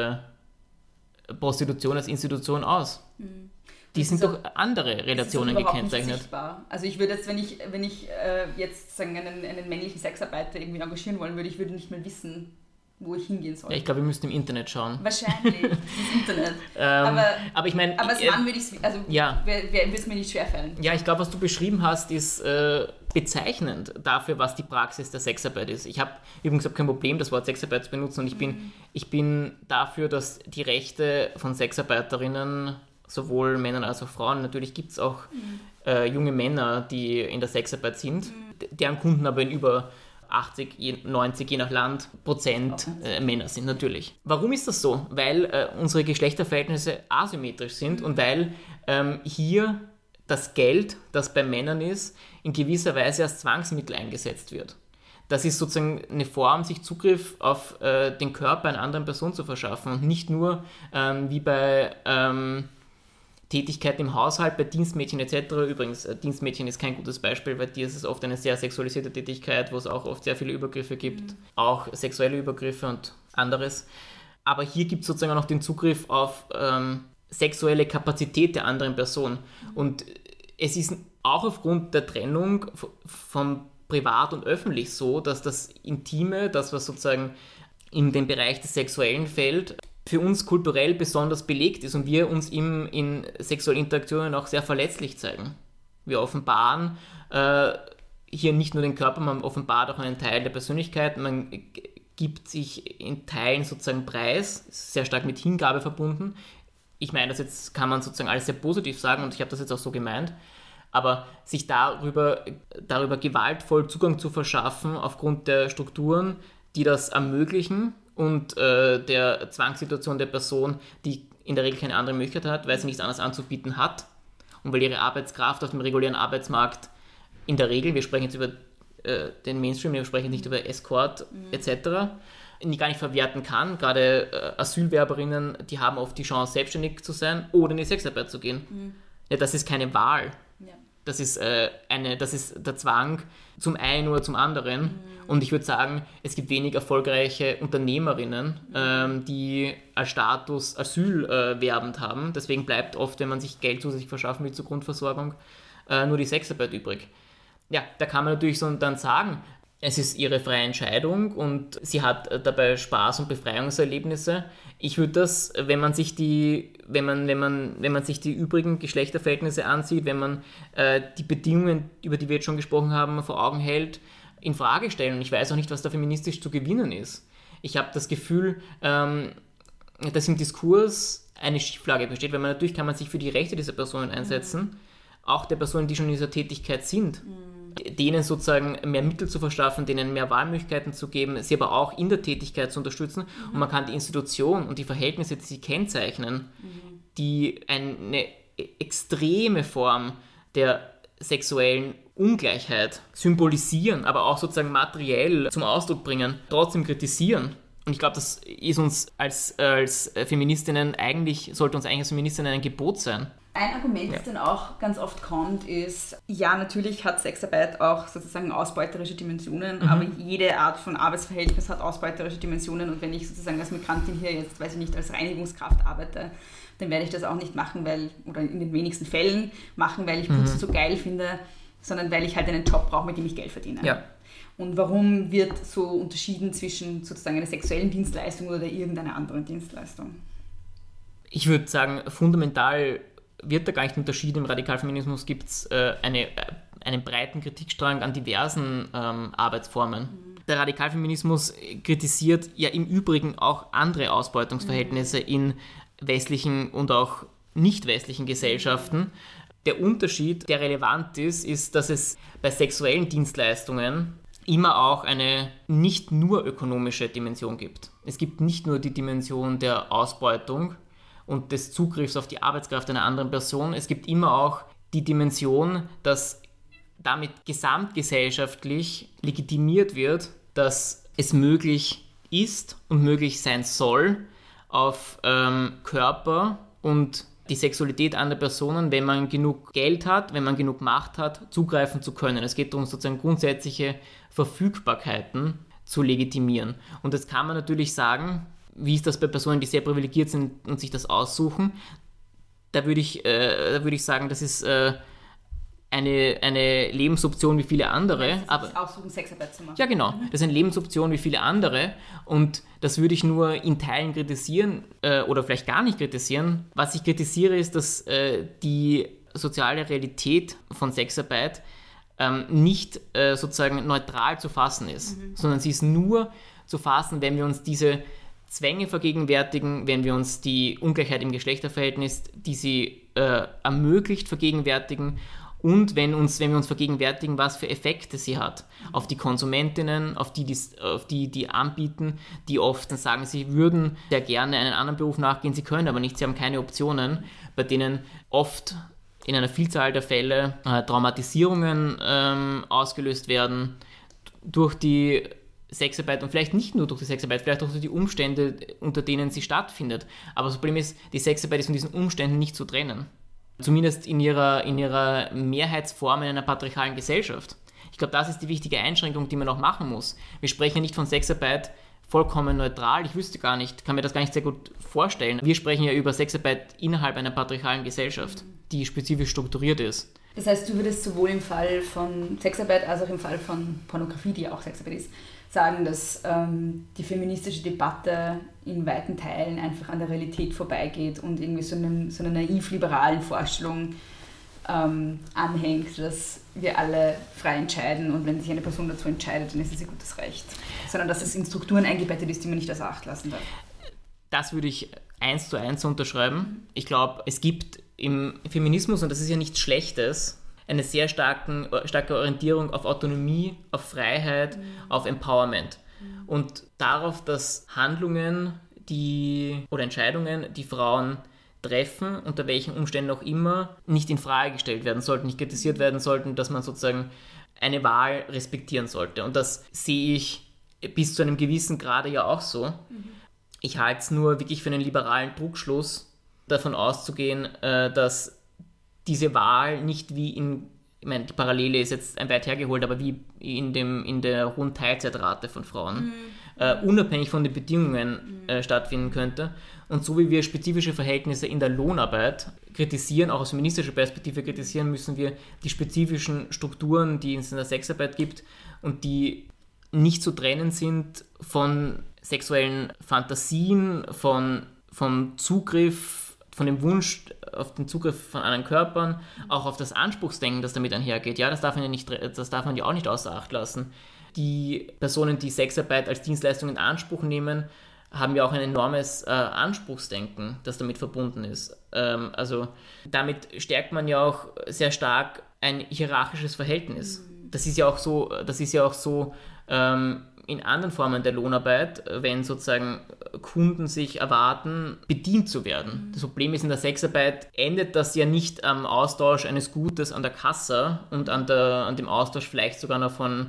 Prostitution als Institution aus. Die sind durch andere Relationen gekennzeichnet. Also ich würde jetzt, wenn ich jetzt sagen, einen männlichen Sexarbeiter irgendwie engagieren wollen würde, ich würde nicht mehr wissen, wo ich hingehen soll. Ja, ich glaube, wir müssten im Internet schauen. Wahrscheinlich, das Internet. Aber ich meine... Aber als Mann würde ich es, also würde es mir nicht schwerfallen. Ja, ich glaube, was du beschrieben hast, ist bezeichnend dafür, was die Praxis der Sexarbeit ist. Ich habe übrigens kein Problem, das Wort Sexarbeit zu benutzen und ich bin dafür, dass die Rechte von Sexarbeiterinnen, sowohl Männern als auch Frauen, natürlich gibt es auch junge Männer, die in der Sexarbeit sind, deren Kunden aber in über 80, 90, je nach Land, Prozent Männer sind natürlich. Warum ist das so? Weil unsere Geschlechterverhältnisse asymmetrisch sind und weil hier das Geld, das bei Männern ist, in gewisser Weise als Zwangsmittel eingesetzt wird. Das ist sozusagen eine Form, sich Zugriff auf den Körper einer anderen Person zu verschaffen und nicht nur wie bei Tätigkeiten im Haushalt, bei Dienstmädchen etc. Übrigens, Dienstmädchen ist kein gutes Beispiel, weil dir ist es oft eine sehr sexualisierte Tätigkeit, wo es auch oft sehr viele Übergriffe gibt, auch sexuelle Übergriffe und anderes. Aber hier gibt es sozusagen auch noch den Zugriff auf sexuelle Kapazität der anderen Person. Und es ist auch aufgrund der Trennung von privat und öffentlich so, dass das Intime, das was sozusagen in den Bereich des Sexuellen fällt, für uns kulturell besonders belegt ist und wir uns in sexuellen Interaktionen auch sehr verletzlich zeigen. Wir offenbaren hier nicht nur den Körper, man offenbart auch einen Teil der Persönlichkeit, man gibt sich in Teilen sozusagen preis, ist sehr stark mit Hingabe verbunden. Ich meine, das jetzt kann man sozusagen alles sehr positiv sagen und ich habe das jetzt auch so gemeint, aber sich darüber gewaltvoll Zugang zu verschaffen aufgrund der Strukturen, die das ermöglichen, und der Zwangssituation der Person, die in der Regel keine andere Möglichkeit hat, weil sie nichts anderes anzubieten hat und weil ihre Arbeitskraft auf dem regulären Arbeitsmarkt in der Regel, wir sprechen jetzt über den Mainstream, wir sprechen nicht über Escort etc., gar nicht verwerten kann. Gerade Asylwerberinnen, die haben oft die Chance, selbstständig zu sein oder in die Sexarbeit zu gehen. Ja, das ist keine Wahl. Ja. Das ist der Zwang zum einen oder zum anderen. Und ich würde sagen, es gibt wenig erfolgreiche Unternehmerinnen, die als Status Asyl werbend haben. Deswegen bleibt oft, wenn man sich Geld zusätzlich verschaffen will zur Grundversorgung, nur die Sexarbeit übrig. Ja, da kann man natürlich so dann sagen, es ist ihre freie Entscheidung und sie hat dabei Spaß und Befreiungserlebnisse. Ich würde das, wenn man sich die übrigen Geschlechterverhältnisse ansieht, wenn man die Bedingungen, über die wir jetzt schon gesprochen haben, vor Augen hält, in Frage stellen. Und ich weiß auch nicht, was da feministisch zu gewinnen ist. Ich habe das Gefühl, dass im Diskurs eine Schieflage besteht, weil natürlich kann man sich für die Rechte dieser Personen einsetzen, auch der Personen, die schon in dieser Tätigkeit sind, denen sozusagen mehr Mittel zu verschaffen, denen mehr Wahlmöglichkeiten zu geben, sie aber auch in der Tätigkeit zu unterstützen. Und man kann die Institution und die Verhältnisse, die sie kennzeichnen, die eine extreme Form der sexuellen Ungleichheit symbolisieren, aber auch sozusagen materiell zum Ausdruck bringen, trotzdem kritisieren. Und ich glaube, das ist uns als Feministinnen sollte uns eigentlich als Feministinnen ein Gebot sein. Ein Argument, das dann auch ganz oft kommt, ist, ja, natürlich hat Sexarbeit auch sozusagen ausbeuterische Dimensionen, aber jede Art von Arbeitsverhältnis hat ausbeuterische Dimensionen und wenn ich sozusagen als Migrantin hier jetzt, weiß ich nicht, als Reinigungskraft arbeite, dann werde ich das auch nicht machen, oder in den wenigsten Fällen machen, weil ich Putzen so geil finde, sondern weil ich halt einen Job brauche, mit dem ich Geld verdiene. Ja. Und warum wird so unterschieden zwischen sozusagen einer sexuellen Dienstleistung oder irgendeiner anderen Dienstleistung? Ich würde sagen, fundamental wird da gar nicht unterschieden. Im Radikalfeminismus gibt es einen breiten Kritikstrang an diversen Arbeitsformen. Der Radikalfeminismus kritisiert ja im Übrigen auch andere Ausbeutungsverhältnisse in westlichen und auch nicht westlichen Gesellschaften. Der Unterschied, der relevant ist, dass es bei sexuellen Dienstleistungen immer auch eine nicht nur ökonomische Dimension gibt. Es gibt nicht nur die Dimension der Ausbeutung und des Zugriffs auf die Arbeitskraft einer anderen Person. Es gibt immer auch die Dimension, dass damit gesamtgesellschaftlich legitimiert wird, dass es möglich ist und möglich sein soll, auf Körper und die Sexualität anderer Personen, wenn man genug Geld hat, wenn man genug Macht hat, zugreifen zu können. Es geht darum, sozusagen grundsätzliche Verfügbarkeiten zu legitimieren. Und das kann man natürlich sagen, wie ist das bei Personen, die sehr privilegiert sind und sich das aussuchen. Da würde ich sagen, das ist eine Lebensoption wie viele andere. Aber aussuchen, Sexarbeit zu machen. Ja, genau. Das ist eine Lebensoption wie viele andere. Und das würde ich nur in Teilen kritisieren oder vielleicht gar nicht kritisieren. Was ich kritisiere, ist, dass die soziale Realität von Sexarbeit nicht sozusagen neutral zu fassen ist, sondern sie ist nur zu fassen, wenn wir uns diese Zwänge vergegenwärtigen, wenn wir uns die Ungleichheit im Geschlechterverhältnis, die sie ermöglicht, vergegenwärtigen. Und wenn wir uns vergegenwärtigen, was für Effekte sie hat auf die Konsumentinnen, auf die anbieten, die oft dann sagen, sie würden sehr gerne einen anderen Beruf nachgehen, sie können aber nicht, sie haben keine Optionen, bei denen oft in einer Vielzahl der Fälle Traumatisierungen ausgelöst werden durch die Sexarbeit und vielleicht nicht nur durch die Sexarbeit, vielleicht auch durch die Umstände, unter denen sie stattfindet. Aber das Problem ist, die Sexarbeit ist von diesen Umständen nicht zu trennen. Zumindest in ihrer Mehrheitsform in einer patriarchalen Gesellschaft. Ich glaube, das ist die wichtige Einschränkung, die man auch machen muss. Wir sprechen ja nicht von Sexarbeit vollkommen neutral. Ich wüsste gar nicht, kann mir das gar nicht sehr gut vorstellen. Wir sprechen ja über Sexarbeit innerhalb einer patriarchalen Gesellschaft, die spezifisch strukturiert ist. Das heißt, du würdest sowohl im Fall von Sexarbeit als auch im Fall von Pornografie, die ja auch Sexarbeit ist, sagen, dass die feministische Debatte in weiten Teilen einfach an der Realität vorbeigeht und irgendwie so einer naiv-liberalen Vorstellung anhängt, dass wir alle frei entscheiden und wenn sich eine Person dazu entscheidet, dann ist es ihr gutes Recht. Sondern dass es in Strukturen eingebettet ist, die man nicht außer Acht lassen darf. Das würde ich 1:1 unterschreiben. Ich glaube, es gibt im Feminismus, und das ist ja nichts Schlechtes, eine sehr starke Orientierung auf Autonomie, auf Freiheit, auf Empowerment. Und darauf, dass Handlungen oder Entscheidungen, die Frauen treffen, unter welchen Umständen auch immer, nicht in Frage gestellt werden sollten, nicht kritisiert werden sollten, dass man sozusagen eine Wahl respektieren sollte. Und das sehe ich bis zu einem gewissen Grade ja auch so. Ich halte es nur wirklich für einen liberalen Trugschluss, davon auszugehen, dass diese Wahl nicht wie ich meine, die Parallele ist jetzt ein weit hergeholt, aber wie in der hohen Teilzeitrate von Frauen, unabhängig von den Bedingungen stattfinden könnte. Und so wie wir spezifische Verhältnisse in der Lohnarbeit kritisieren, auch aus feministischer Perspektive kritisieren, müssen wir die spezifischen Strukturen, die es in der Sexarbeit gibt und die nicht zu trennen sind von sexuellen Fantasien, vom Zugriff, von dem Wunsch auf den Zugriff von anderen Körpern, auch auf das Anspruchsdenken, das damit einhergeht. Ja, das darf man ja auch nicht außer Acht lassen. Die Personen, die Sexarbeit als Dienstleistung in Anspruch nehmen, haben ja auch ein enormes Anspruchsdenken, das damit verbunden ist. Also damit stärkt man ja auch sehr stark ein hierarchisches Verhältnis. Das ist ja auch so in anderen Formen der Lohnarbeit, wenn sozusagen Kunden sich erwarten, bedient zu werden. Das Problem ist, in der Sexarbeit endet das ja nicht am Austausch eines Gutes an der Kasse und an dem Austausch vielleicht sogar noch von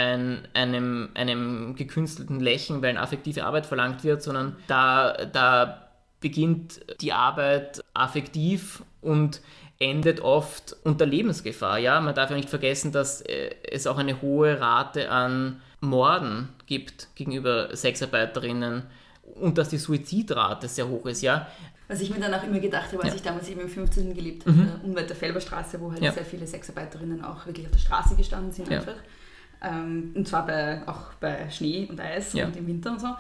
einem gekünstelten Lächeln, weil eine affektive Arbeit verlangt wird, sondern da beginnt die Arbeit affektiv und endet oft unter Lebensgefahr. Ja? Man darf ja nicht vergessen, dass es auch eine hohe Rate an Morden gibt gegenüber Sexarbeiterinnen und dass die Suizidrate sehr hoch ist. Ja? Was ich mir dann auch immer gedacht habe, als ich damals eben im 15. gelebt habe, unweit der Felberstraße, wo halt sehr viele Sexarbeiterinnen auch wirklich auf der Straße gestanden sind einfach. Und zwar auch bei Schnee und Eis und im Winter und so.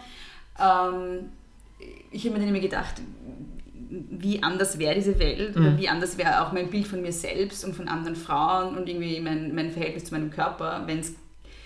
Ich habe mir dann immer gedacht, wie anders wäre diese Welt oder wie anders wäre auch mein Bild von mir selbst und von anderen Frauen und irgendwie mein Verhältnis zu meinem Körper, wenn es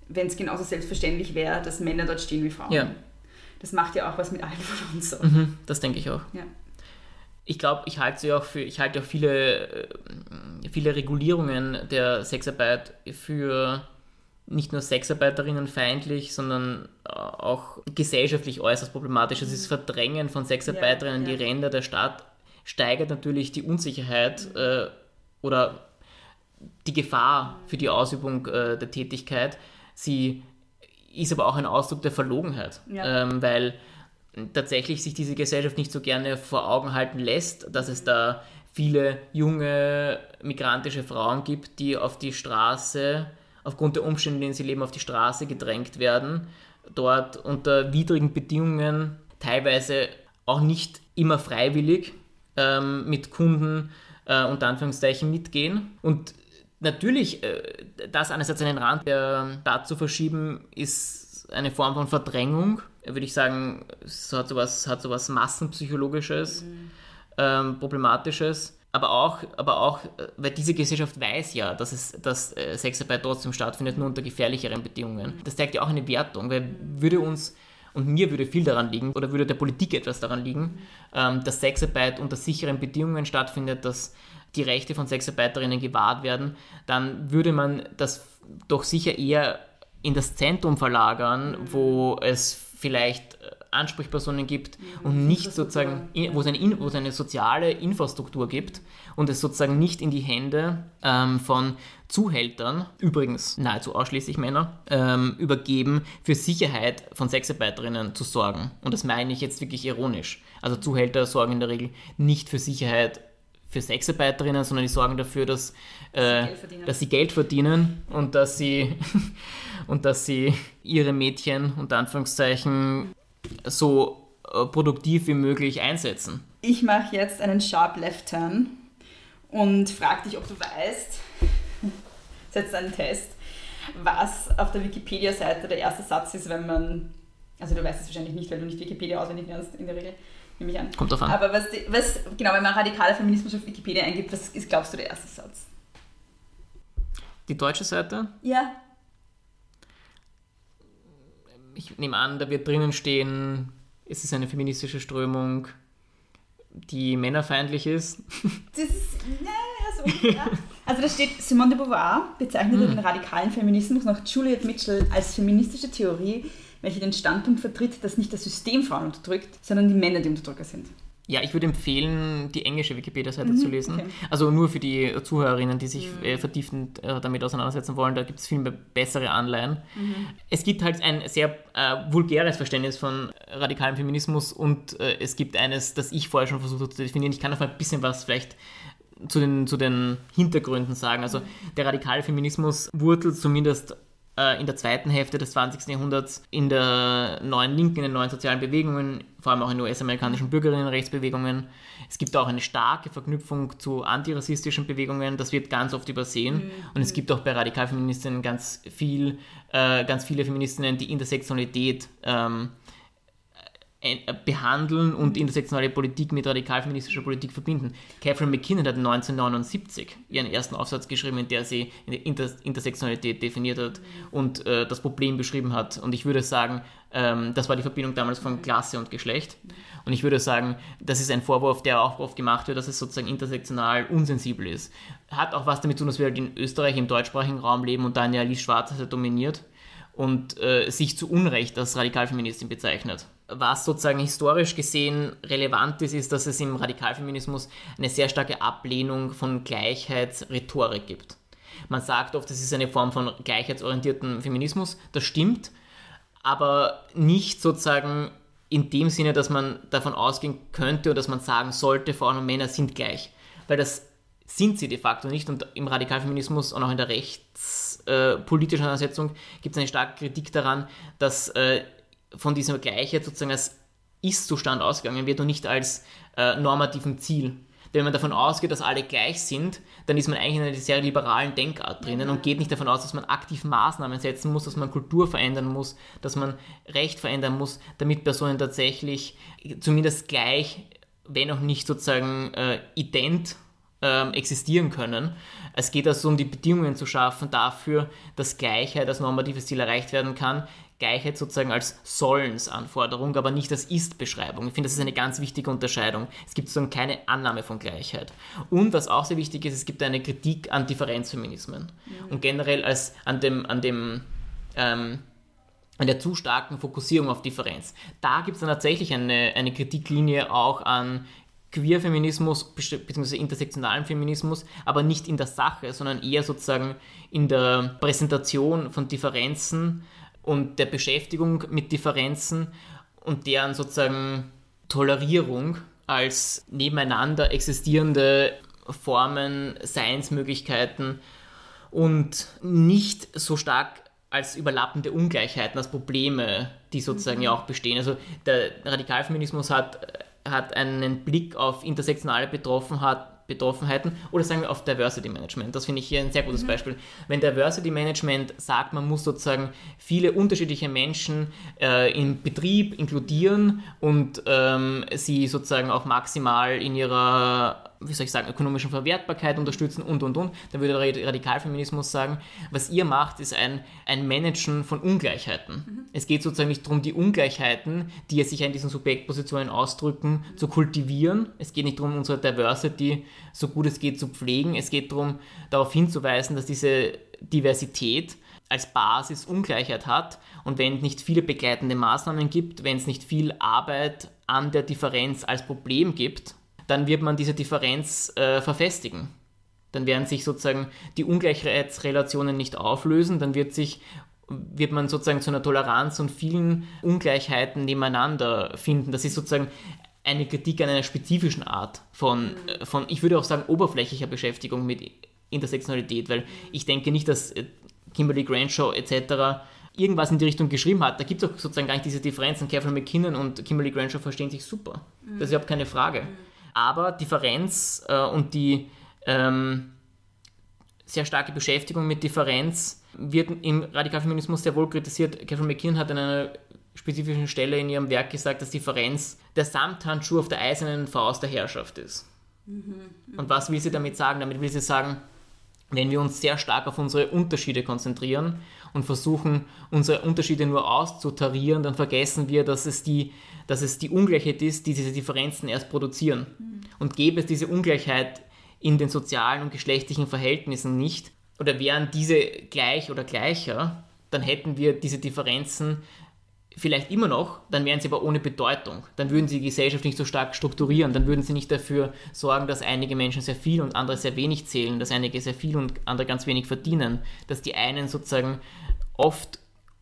wenn es genauso selbstverständlich wäre, dass Männer dort stehen wie Frauen. Ja. Das macht ja auch was mit allen von uns. So. Das denke ich auch. Ja. Ich glaube, ich halte auch viele Regulierungen der Sexarbeit für nicht nur Sexarbeiterinnen feindlich, sondern auch gesellschaftlich äußerst problematisch. Also das Verdrängen von Sexarbeiterinnen in die Ränder der Stadt steigert natürlich die Unsicherheit oder die Gefahr für die Ausübung der Tätigkeit. Sie ist aber auch ein Ausdruck der Verlogenheit, weil tatsächlich sich diese Gesellschaft nicht so gerne vor Augen halten lässt, dass es da viele junge migrantische Frauen gibt, die auf die Straße, aufgrund der Umstände, in denen sie leben, auf die Straße gedrängt werden, dort unter widrigen Bedingungen, teilweise auch nicht immer freiwillig, mit Kunden unter Anführungszeichen mitgehen. Und natürlich, das einerseits an den Rand der Stadt zu verschieben, ist eine Form von Verdrängung. Würde ich sagen, es hat sowas Massenpsychologisches, Problematisches. Aber auch, weil diese Gesellschaft weiß ja, dass Sexarbeit trotzdem stattfindet, nur unter gefährlicheren Bedingungen. Das zeigt ja auch eine Wertung, weil mir würde viel daran liegen, oder würde der Politik etwas daran liegen, dass Sexarbeit unter sicheren Bedingungen stattfindet, dass die Rechte von Sexarbeiterinnen gewahrt werden, dann würde man das doch sicher eher in das Zentrum verlagern, wo es vielleicht Ansprechpersonen gibt und nicht sozusagen, wo es eine soziale Infrastruktur gibt und es sozusagen nicht in die Hände von Zuhältern, übrigens nahezu ausschließlich Männer, übergeben, für Sicherheit von Sexarbeiterinnen zu sorgen. Und das meine ich jetzt wirklich ironisch. Also Zuhälter sorgen in der Regel nicht für Sicherheit für Sexarbeiterinnen, sondern die sorgen dafür, dass sie Geld verdienen und dass sie ihre Mädchen unter Anführungszeichen so produktiv wie möglich einsetzen. Ich mache jetzt einen Sharp Left Turn und frage dich, ob du weißt, setzt einen Test, was auf der Wikipedia-Seite der erste Satz ist, wenn man, also du weißt es wahrscheinlich nicht, weil du nicht Wikipedia auswendig lernst in der Regel, nehme ich an. Kommt drauf an. Aber genau, wenn man radikaler Feminismus auf Wikipedia eingibt, was ist, glaubst du, der erste Satz? Die deutsche Seite? Ja. Ich nehme an, da wird drinnen stehen, es ist eine feministische Strömung, die männerfeindlich ist. Also da steht, Simone de Beauvoir bezeichnete den radikalen Feminismus nach Juliet Mitchell als feministische Theorie, welche den Standpunkt vertritt, dass nicht das System Frauen unterdrückt, sondern die Männer die Unterdrücker sind. Ja, ich würde empfehlen, die englische Wikipedia-Seite zu lesen. Okay. Also nur für die Zuhörerinnen, die sich vertiefend damit auseinandersetzen wollen, da gibt es viel bessere Anleihen. Es gibt halt ein sehr vulgäres Verständnis von radikalem Feminismus und es gibt eines, das ich vorher schon versucht habe zu definieren. Ich kann noch mal ein bisschen was vielleicht zu den Hintergründen sagen. Also der radikale Feminismus wurtelt zumindest in der zweiten Hälfte des 20. Jahrhunderts in der neuen Linken, in den neuen sozialen Bewegungen, vor allem auch in US-amerikanischen Bürgerinnenrechtsbewegungen. Es gibt auch eine starke Verknüpfung zu antirassistischen Bewegungen, das wird ganz oft übersehen. Und es gibt auch bei Radikalfeministinnen ganz viele Feministinnen, die Intersektionalität behandeln und intersektionale Politik mit radikalfeministischer Politik verbinden. Catherine MacKinnon hat 1979 ihren ersten Aufsatz geschrieben, in der sie Intersektionalität definiert hat und das Problem beschrieben hat. Und ich würde sagen, das war die Verbindung damals von Klasse und Geschlecht. Und ich würde sagen, das ist ein Vorwurf, der auch oft gemacht wird, dass es sozusagen intersektional unsensibel ist. Hat auch was damit zu tun, dass wir halt in Österreich im deutschsprachigen Raum leben und da eine Alice Schwarzer dominiert und sich zu Unrecht als Radikalfeministin bezeichnet. Was sozusagen historisch gesehen relevant ist, dass es im Radikalfeminismus eine sehr starke Ablehnung von Gleichheitsrhetorik gibt. Man sagt oft, es ist eine Form von gleichheitsorientierten Feminismus, das stimmt, aber nicht sozusagen in dem Sinne, dass man davon ausgehen könnte oder dass man sagen sollte, Frauen und Männer sind gleich. Weil das sind sie de facto nicht und im Radikalfeminismus und auch in der rechtspolitischen Auseinandersetzung gibt es eine starke Kritik daran, dass von dieser Gleichheit sozusagen als Ist-Zustand ausgegangen wird und nicht als normativen Ziel. Denn wenn man davon ausgeht, dass alle gleich sind, dann ist man eigentlich in einer sehr liberalen Denkart drinnen und geht nicht davon aus, dass man aktiv Maßnahmen setzen muss, dass man Kultur verändern muss, dass man Recht verändern muss, damit Personen tatsächlich zumindest gleich, wenn auch nicht sozusagen ident existieren können. Es geht also um die Bedingungen zu schaffen dafür, dass Gleichheit als normatives Ziel erreicht werden kann. Gleichheit sozusagen als Sollensanforderung, aber nicht als Ist-Beschreibung. Ich finde, das ist eine ganz wichtige Unterscheidung. Es gibt sozusagen keine Annahme von Gleichheit. Und was auch sehr wichtig ist, es gibt eine Kritik an Differenzfeminismen. Und generell an der zu starken Fokussierung auf Differenz. Da gibt es dann tatsächlich eine Kritiklinie auch an Queer-Feminismus bzw. intersektionalen Feminismus, aber nicht in der Sache, sondern eher sozusagen in der Präsentation von Differenzen und der Beschäftigung mit Differenzen und deren sozusagen Tolerierung als nebeneinander existierende Formen, Seinsmöglichkeiten und nicht so stark als überlappende Ungleichheiten, als Probleme, die sozusagen ja auch bestehen. Also der Radikalfeminismus hat einen Blick auf intersektionale Betroffenheiten oder sagen wir auf Diversity Management. Das finde ich hier ein sehr gutes Beispiel. Wenn Diversity Management sagt, man muss sozusagen viele unterschiedliche Menschen im Betrieb inkludieren und sie sozusagen auch maximal in ihrer, ökonomischen Verwertbarkeit unterstützen und, dann würde der Radikalfeminismus sagen, was ihr macht, ist ein Managen von Ungleichheiten. Es geht sozusagen nicht darum, die Ungleichheiten, die sich in diesen Subjektpositionen ausdrücken, zu kultivieren. Es geht nicht darum, unsere Diversity so gut es geht zu pflegen. Es geht darum, darauf hinzuweisen, dass diese Diversität als Basis Ungleichheit hat und wenn es nicht viele begleitende Maßnahmen gibt, wenn es nicht viel Arbeit an der Differenz als Problem gibt, dann wird man diese Differenz verfestigen. Dann werden sich sozusagen die Ungleichheitsrelationen nicht auflösen, dann wird man sozusagen zu einer Toleranz und vielen Ungleichheiten nebeneinander finden. Das ist sozusagen eine Kritik an einer spezifischen Art von ich würde auch sagen, oberflächlicher Beschäftigung mit Intersektionalität, weil ich denke nicht, dass Kimberly Crenshaw etc. irgendwas in die Richtung geschrieben hat. Da gibt es auch sozusagen gar nicht diese Differenzen. Catherine MacKinnon und Kimberly Crenshaw verstehen sich super. Das ist überhaupt keine Frage. Aber Differenz und die sehr starke Beschäftigung mit Differenz wird im Radikalfeminismus sehr wohl kritisiert. Catherine MacKinnon hat an einer spezifischen Stelle in ihrem Werk gesagt, dass Differenz der Samthandschuh auf der eisernen Faust der Herrschaft ist. Und was will sie damit sagen? Damit will sie sagen, wenn wir uns sehr stark auf unsere Unterschiede konzentrieren und versuchen, unsere Unterschiede nur auszutarieren, dann vergessen wir, dass es die Ungleichheit ist, die diese Differenzen erst produzieren. Und gäbe es diese Ungleichheit in den sozialen und geschlechtlichen Verhältnissen nicht, oder wären diese gleich oder gleicher, dann hätten wir diese Differenzen vielleicht immer noch, dann wären sie aber ohne Bedeutung. Dann würden sie die Gesellschaft nicht so stark strukturieren, dann würden sie nicht dafür sorgen, dass einige Menschen sehr viel und andere sehr wenig zählen, dass einige sehr viel und andere ganz wenig verdienen, dass die einen sozusagen oft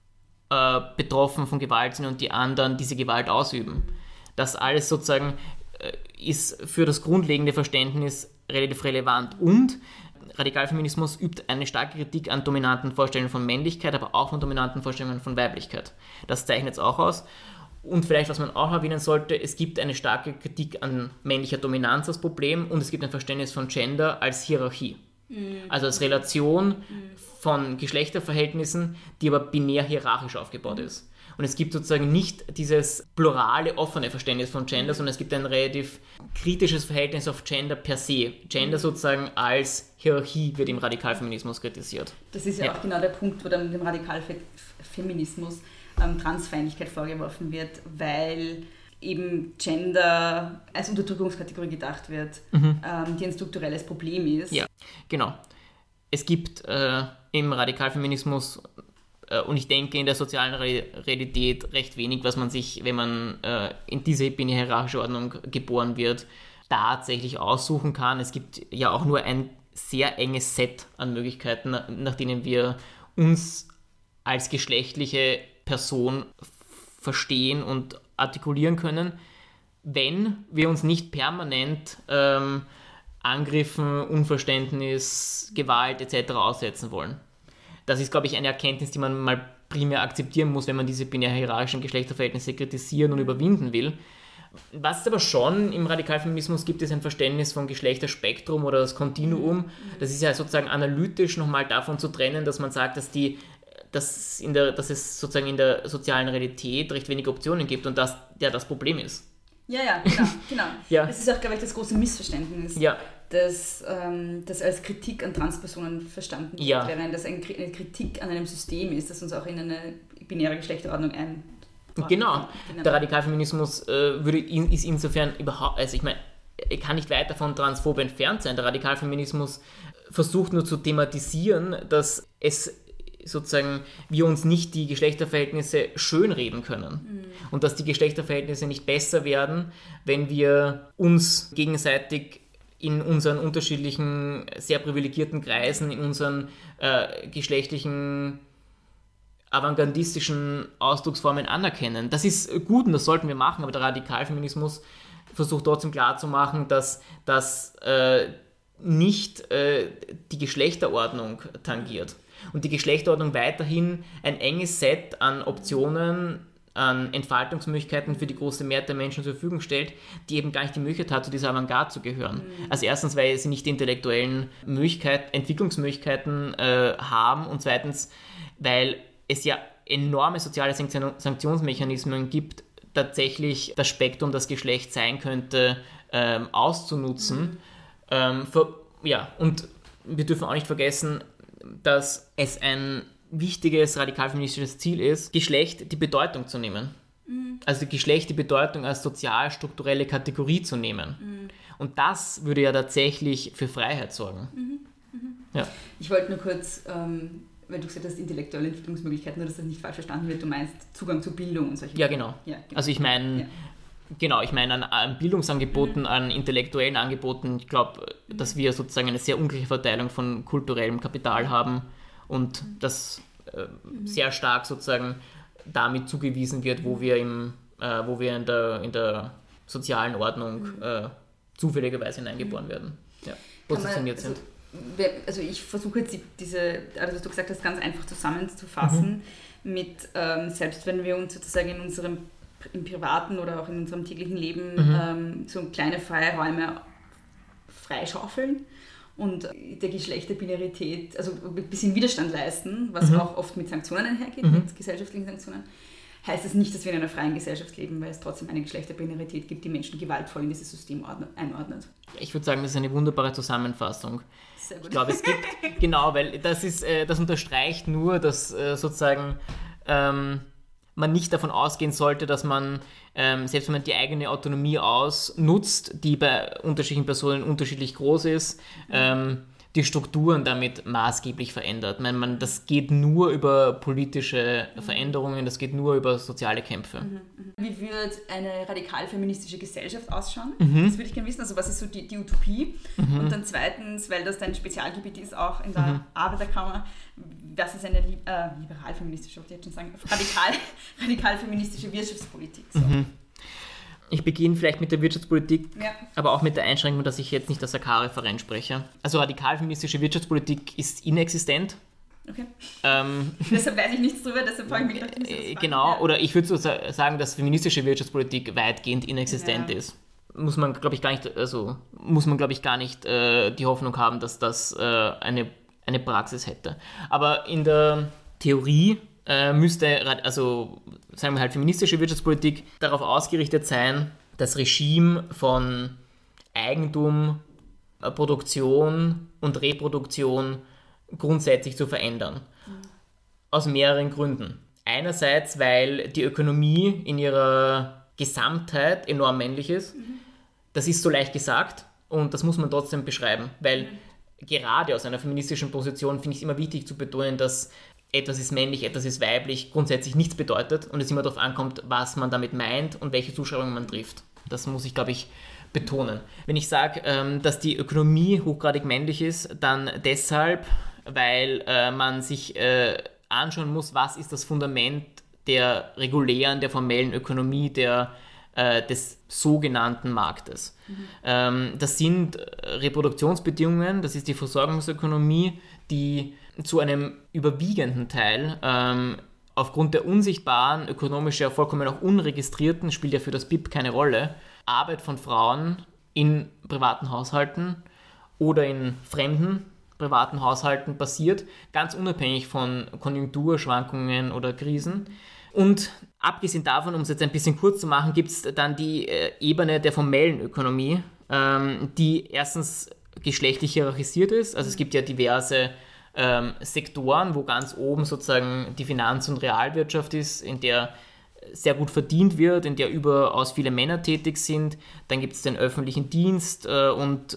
betroffen von Gewalt sind und die anderen diese Gewalt ausüben. Das alles sozusagen ist für das grundlegende Verständnis relativ relevant und Radikalfeminismus übt eine starke Kritik an dominanten Vorstellungen von Männlichkeit, aber auch von dominanten Vorstellungen von Weiblichkeit. Das zeichnet es auch aus. Und vielleicht, was man auch erwähnen sollte, es gibt eine starke Kritik an männlicher Dominanz als Problem und es gibt ein Verständnis von Gender als Hierarchie. Also als Relation von Geschlechterverhältnissen, die aber binär hierarchisch aufgebaut ist. Und es gibt sozusagen nicht dieses plurale, offene Verständnis von Gender, sondern es gibt ein relativ kritisches Verhältnis auf Gender per se. Gender sozusagen als Hierarchie wird im Radikalfeminismus kritisiert. Das ist ja auch genau der Punkt, wo dann dem Radikalfeminismus Transfeindlichkeit vorgeworfen wird, weil eben Gender als Unterdrückungskategorie gedacht wird, die ein strukturelles Problem ist. Ja, genau. Es gibt im Radikalfeminismus und ich denke in der sozialen Realität recht wenig, was man sich, wenn man in diese hierarchische Ordnung geboren wird, tatsächlich aussuchen kann. Es gibt ja auch nur ein sehr enges Set an Möglichkeiten, nach denen wir uns als geschlechtliche Person verstehen und artikulieren können, wenn wir uns nicht permanent Angriffen, Unverständnis, Gewalt etc. aussetzen wollen. Das ist, glaube ich, eine Erkenntnis, die man mal primär akzeptieren muss, wenn man diese binär-hierarchischen Geschlechterverhältnisse kritisieren und überwinden will. Was es aber schon im Radikalfeminismus gibt, ist ein Verständnis von Geschlechterspektrum oder das Kontinuum. Das ist ja sozusagen analytisch nochmal davon zu trennen, dass man sagt, dass es sozusagen in der sozialen Realität recht wenige Optionen gibt und das ja das Problem ist. Ja, genau. Ja. Das ist auch, glaube ich, das große Missverständnis, das als Kritik an Transpersonen verstanden wird, Ja. während das eine Kritik an einem System ist, das uns auch in eine binäre Geschlechterordnung einordnet. Genau. Der Radikalfeminismus ist insofern überhaupt, also ich meine, er kann nicht weit davon transphob entfernt sein. Der Radikalfeminismus versucht nur zu thematisieren, dass wir uns nicht die Geschlechterverhältnisse schönreden können. Und dass die Geschlechterverhältnisse nicht besser werden, wenn wir uns gegenseitig in unseren unterschiedlichen, sehr privilegierten Kreisen, in unseren geschlechtlichen, avantgardistischen Ausdrucksformen anerkennen. Das ist gut und das sollten wir machen, aber der Radikalfeminismus versucht trotzdem klarzumachen, dass das nicht die Geschlechterordnung tangiert. Und die Geschlechterordnung weiterhin ein enges Set an Optionen, an Entfaltungsmöglichkeiten für die große Mehrheit der Menschen zur Verfügung stellt, die eben gar nicht die Möglichkeit hat, zu dieser Avantgarde zu gehören. Also erstens, weil sie nicht die intellektuellen Entwicklungsmöglichkeiten haben und zweitens, weil es ja enorme soziale Sanktionsmechanismen gibt, tatsächlich das Spektrum, das Geschlecht sein könnte, auszunutzen. Und wir dürfen auch nicht vergessen, dass es ein wichtiges radikalfeministisches Ziel ist, Geschlecht die Bedeutung zu nehmen. Also Geschlecht die Bedeutung als sozial-strukturelle Kategorie zu nehmen. Und das würde ja tatsächlich für Freiheit sorgen. Ja. Ich wollte nur kurz, wenn du gesagt hast, intellektuelle Entwicklungsmöglichkeiten, nur dass das nicht falsch verstanden wird, du meinst Zugang zu Bildung und solche Ja, genau. Ja, genau. Also ich meine... Ja. Genau, ich meine an Bildungsangeboten, an intellektuellen Angeboten. Ich glaube, dass wir sozusagen eine sehr ungleiche Verteilung von kulturellem Kapital haben und das sehr stark sozusagen damit zugewiesen wird, wo wir in der sozialen Ordnung zufälligerweise hineingeboren werden, positioniert sind. Also ich versuche jetzt was du gesagt hast, ganz einfach zusammenzufassen mit, selbst wenn wir uns sozusagen im privaten oder auch in unserem täglichen Leben so kleine freie Räume freischaufeln und der Geschlechterbinarität, also ein bisschen Widerstand leisten, was auch oft mit Sanktionen einhergeht, mit gesellschaftlichen Sanktionen, heißt es nicht, dass wir in einer freien Gesellschaft leben, weil es trotzdem eine Geschlechterbinarität gibt, die Menschen gewaltvoll in dieses System einordnet. Ich würde sagen, das ist eine wunderbare Zusammenfassung. Sehr gut. Ich glaube, es gibt, genau, weil das unterstreicht nur, dass sozusagen man nicht davon ausgehen sollte, dass man, selbst wenn man die eigene Autonomie ausnutzt, die bei unterschiedlichen Personen unterschiedlich groß ist, die Strukturen damit maßgeblich verändert. Das geht nur über politische Veränderungen, das geht nur über soziale Kämpfe. Wie wird eine radikal-feministische Gesellschaft ausschauen? Das würde ich gerne wissen. Also was ist so die Utopie? Und dann zweitens, weil das dein Spezialgebiet ist, auch in der Arbeiterkammer, was ist eine liberal-feministische, wollte ich jetzt schon sagen, radikal-feministische Wirtschaftspolitik? So. Ich beginne vielleicht mit der Wirtschaftspolitik, aber auch mit der Einschränkung, dass ich jetzt nicht als AK-Referent spreche. Also radikal-feministische Wirtschaftspolitik ist inexistent. Okay. Deshalb weiß ich nichts drüber, deshalb habe ich mich gedacht, genau, oder ich würde so sagen, dass feministische Wirtschaftspolitik weitgehend inexistent ist. Muss man, glaube ich, gar nicht die Hoffnung haben, dass das eine Praxis hätte. Aber in der Theorie müsste, also sagen wir halt, feministische Wirtschaftspolitik darauf ausgerichtet sein, das Regime von Eigentum, Produktion und Reproduktion grundsätzlich zu verändern. Aus mehreren Gründen. Einerseits, weil die Ökonomie in ihrer Gesamtheit enorm männlich ist. Das ist so leicht gesagt und das muss man trotzdem beschreiben, weil gerade aus einer feministischen Position finde ich es immer wichtig zu betonen, dass etwas ist männlich, etwas ist weiblich, grundsätzlich nichts bedeutet und es immer darauf ankommt, was man damit meint und welche Zuschreibungen man trifft. Das muss ich, glaube ich, betonen. Wenn ich sage, dass die Ökonomie hochgradig männlich ist, dann deshalb, weil man sich anschauen muss, was ist das Fundament der regulären, der formellen Ökonomie des sogenannten Marktes. Das sind Reproduktionsbedingungen, das ist die Versorgungsökonomie, die zu einem überwiegenden Teil aufgrund der unsichtbaren, ökonomisch ja vollkommen auch unregistrierten, spielt ja für das BIP keine Rolle, Arbeit von Frauen in privaten Haushalten oder in fremden privaten Haushalten basiert, ganz unabhängig von Konjunkturschwankungen oder Krisen. Und abgesehen davon, um es jetzt ein bisschen kurz zu machen, gibt es dann die Ebene der formellen Ökonomie, die erstens geschlechtlich hierarchisiert ist. Also es gibt ja diverse Sektoren, wo ganz oben sozusagen die Finanz- und Realwirtschaft ist, in der sehr gut verdient wird, in der überaus viele Männer tätig sind. Dann gibt es den öffentlichen Dienst und,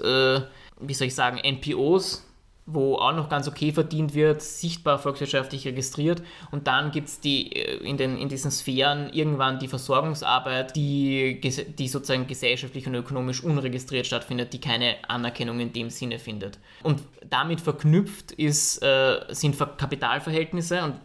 NPOs, wo auch noch ganz okay verdient wird, sichtbar volkswirtschaftlich registriert. Und dann gibt es in diesen Sphären irgendwann die Versorgungsarbeit, die sozusagen gesellschaftlich und ökonomisch unregistriert stattfindet, die keine Anerkennung in dem Sinne findet. Und damit verknüpft sind Kapitalverhältnisse und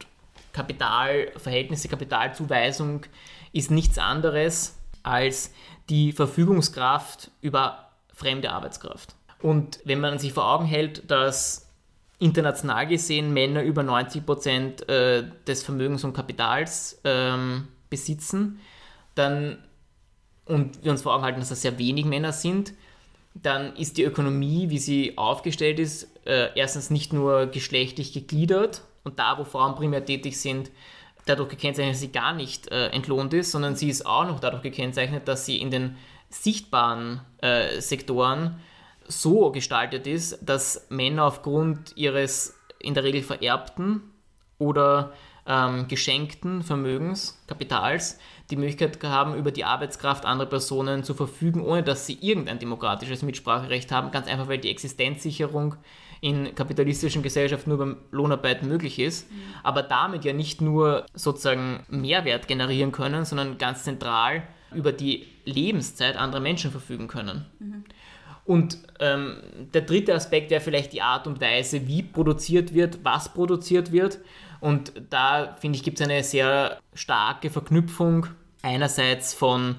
Kapitalzuweisung ist nichts anderes als die Verfügungskraft über fremde Arbeitskraft. Und wenn man sich vor Augen hält, dass international gesehen Männer über 90% des Vermögens und Kapitals besitzen, und wir uns vor Augen halten, dass das sehr wenig Männer sind, dann ist die Ökonomie, wie sie aufgestellt ist, erstens nicht nur geschlechtlich gegliedert und da, wo Frauen primär tätig sind, dadurch gekennzeichnet, dass sie gar nicht entlohnt ist, sondern sie ist auch noch dadurch gekennzeichnet, dass sie in den sichtbaren Sektoren so gestaltet ist, dass Männer aufgrund ihres in der Regel vererbten oder geschenkten Vermögens, Kapitals, die Möglichkeit haben, über die Arbeitskraft anderer Personen zu verfügen, ohne dass sie irgendein demokratisches Mitspracherecht haben, ganz einfach, weil die Existenzsicherung in kapitalistischen Gesellschaften nur beim Lohnarbeiten möglich ist, aber damit ja nicht nur sozusagen Mehrwert generieren können, sondern ganz zentral über die Lebenszeit anderer Menschen verfügen können. Und der dritte Aspekt wäre vielleicht die Art und Weise, wie produziert wird, was produziert wird. Und da, finde ich, gibt es eine sehr starke Verknüpfung einerseits von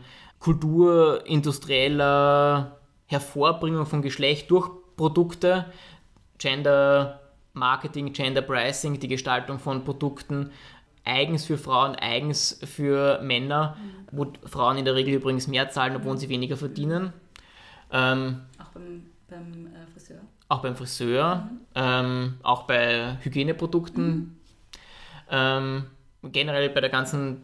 kulturindustrieller Hervorbringung von Geschlecht durch Produkte, Gender Marketing, Gender Pricing, die Gestaltung von Produkten, eigens für Frauen, eigens für Männer, wo Frauen in der Regel übrigens mehr zahlen, obwohl sie weniger verdienen. Auch beim Friseur. Auch beim Friseur, auch bei Hygieneprodukten, generell bei der ganzen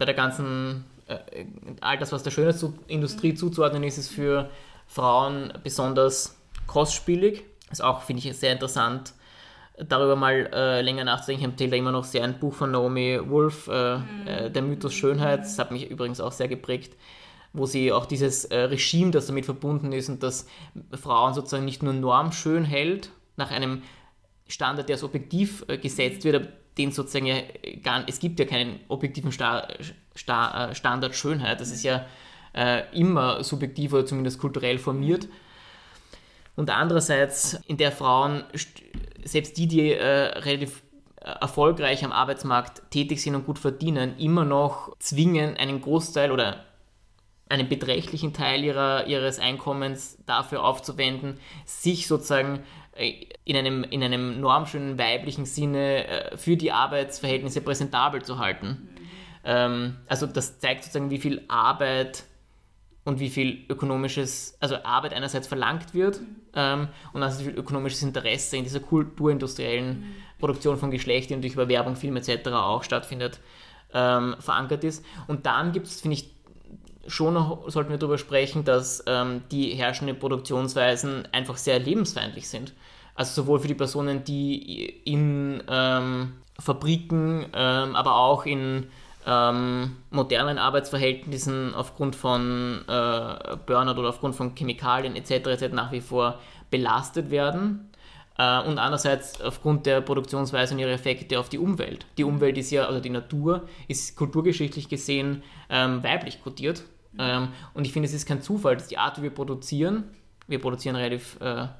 all das, was der Schönheitsindustrie zuzuordnen ist, ist für Frauen besonders kostspielig. Ist auch, finde ich, sehr interessant, darüber mal länger nachzudenken. Ich empfehle da immer noch sehr ein Buch von Naomi Wolf, Der Mythos Schönheit. Das hat mich übrigens auch sehr geprägt, wo sie auch dieses Regime, das damit verbunden ist und das Frauen sozusagen nicht nur normschön hält, nach einem Standard, der so objektiv gesetzt wird, aber den sozusagen es gibt ja keinen objektiven Standard Schönheit, das ist ja immer subjektiv oder zumindest kulturell formiert. Und andererseits, in der Frauen, selbst die relativ erfolgreich am Arbeitsmarkt tätig sind und gut verdienen, immer noch zwingen, einen Großteil oder einen beträchtlichen Teil ihres Einkommens dafür aufzuwenden, sich sozusagen in einem normschönen weiblichen Sinne für die Arbeitsverhältnisse präsentabel zu halten. Also das zeigt sozusagen, wie viel Arbeit und wie viel Arbeit einerseits verlangt wird und andererseits wie viel ökonomisches Interesse in dieser kulturindustriellen Produktion von Geschlecht, die natürlich über Werbung, Film etc. auch stattfindet, verankert ist. Und dann gibt es, finde ich, schon noch sollten wir darüber sprechen, dass die herrschenden Produktionsweisen einfach sehr lebensfeindlich sind. Also sowohl für die Personen, die in Fabriken, aber auch in modernen Arbeitsverhältnissen aufgrund von Burnout oder aufgrund von Chemikalien etc. nach wie vor belastet werden. Und andererseits aufgrund der Produktionsweise und ihrer Effekte auf die Umwelt. Die Umwelt ist ja, also die Natur, ist kulturgeschichtlich gesehen weiblich kodiert. Und ich finde, es ist kein Zufall, dass die Art, wie wir produzieren relativ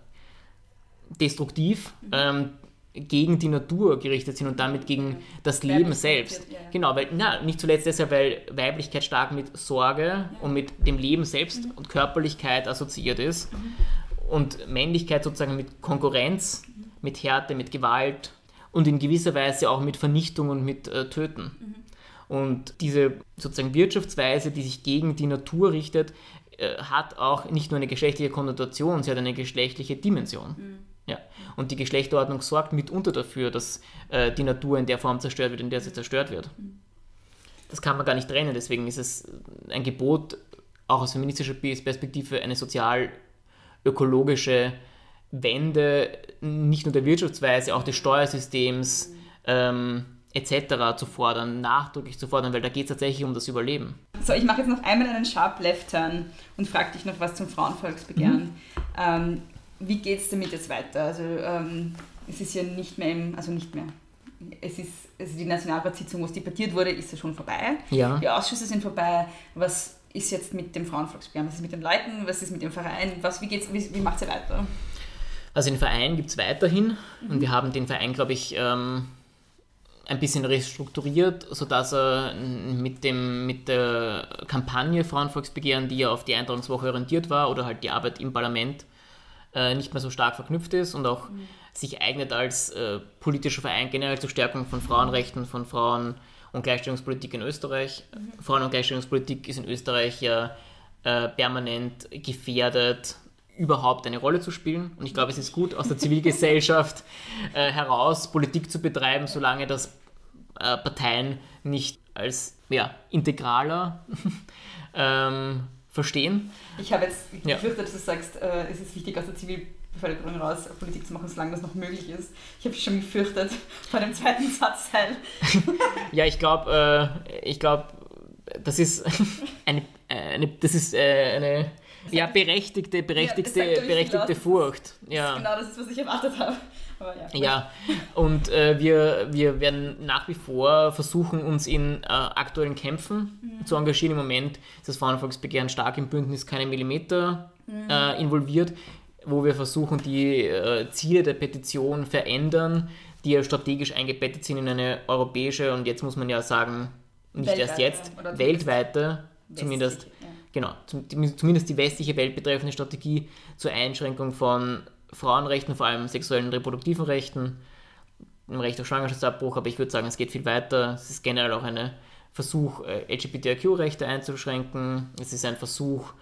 destruktiv, gegen die Natur gerichtet sind und damit gegen das Leben selbst. Ja. Genau, nicht zuletzt deshalb, weil Weiblichkeit stark mit Sorge und mit dem Leben selbst und Körperlichkeit assoziiert ist. Und Männlichkeit sozusagen mit Konkurrenz, mit Härte, mit Gewalt und in gewisser Weise auch mit Vernichtung und mit Töten. Und diese sozusagen Wirtschaftsweise, die sich gegen die Natur richtet, hat auch nicht nur eine geschlechtliche Konnotation, sie hat eine geschlechtliche Dimension. Ja. Und die Geschlechterordnung sorgt mitunter dafür, dass die Natur in der Form zerstört wird, in der sie zerstört wird. Das kann man gar nicht trennen, deswegen ist es ein Gebot, auch aus feministischer Perspektive, eine sozial-ökologische Wende nicht nur der Wirtschaftsweise, auch des Steuersystems etc. zu fordern, nachdrücklich zu fordern, weil da geht es tatsächlich um das Überleben. So, ich mache jetzt noch einmal einen Sharp Left Turn und frage dich noch was zum Frauenvolksbegehren. Wie geht es damit jetzt weiter? Also es ist ja nicht mehr die Nationalratssitzung, wo es debattiert wurde, ist ja schon vorbei. Ja. Die Ausschüsse sind vorbei. Was ist jetzt mit dem Frauenvolksbegehren? Was ist mit den Leuten? Was ist mit dem Verein? Wie macht ihr weiter? Also den Verein gibt es weiterhin und wir haben den Verein, glaube ich, ein bisschen restrukturiert, sodass er mit der Kampagne Frauenvolksbegehren, die ja auf die Eintragungswoche orientiert war oder halt die Arbeit im Parlament, nicht mehr so stark verknüpft ist und auch sich eignet als politischer Verein generell zur Stärkung von Frauenrechten, von Frauen- und Gleichstellungspolitik in Österreich. Frauen- und Gleichstellungspolitik ist in Österreich ja permanent gefährdet, überhaupt eine Rolle zu spielen. Und ich glaube, es ist gut, aus der Zivilgesellschaft heraus Politik zu betreiben, solange das Parteien nicht als integraler verstehen. Ich habe jetzt befürchtet, dass du sagst, es ist wichtig, aus der Zivilbevölkerung heraus Politik zu machen, solange das noch möglich ist. Ich habe schon gefürchtet vor dem zweiten Satzteil. Ja, ich glaube, das ist eine berechtigte Furcht. Ja. Genau, das ist, was ich erwartet habe. Aber ja, und wir werden nach wie vor versuchen, uns in aktuellen Kämpfen zu engagieren. Im Moment ist das Frauenvolksbegehren stark im Bündnis Keine Millimeter involviert, wo wir versuchen, die Ziele der Petition verändern, die ja strategisch eingebettet sind in eine europäische und jetzt muss man ja sagen, nicht erst jetzt, weltweite, zumindest die westliche Welt betreffende Strategie zur Einschränkung von Frauenrechten, vor allem sexuellen und reproduktiven Rechten, im Recht auf Schwangerschaftsabbruch, aber ich würde sagen, es geht viel weiter. Es ist generell auch ein Versuch, LGBTIQ-Rechte einzuschränken. Es ist ein Versuch,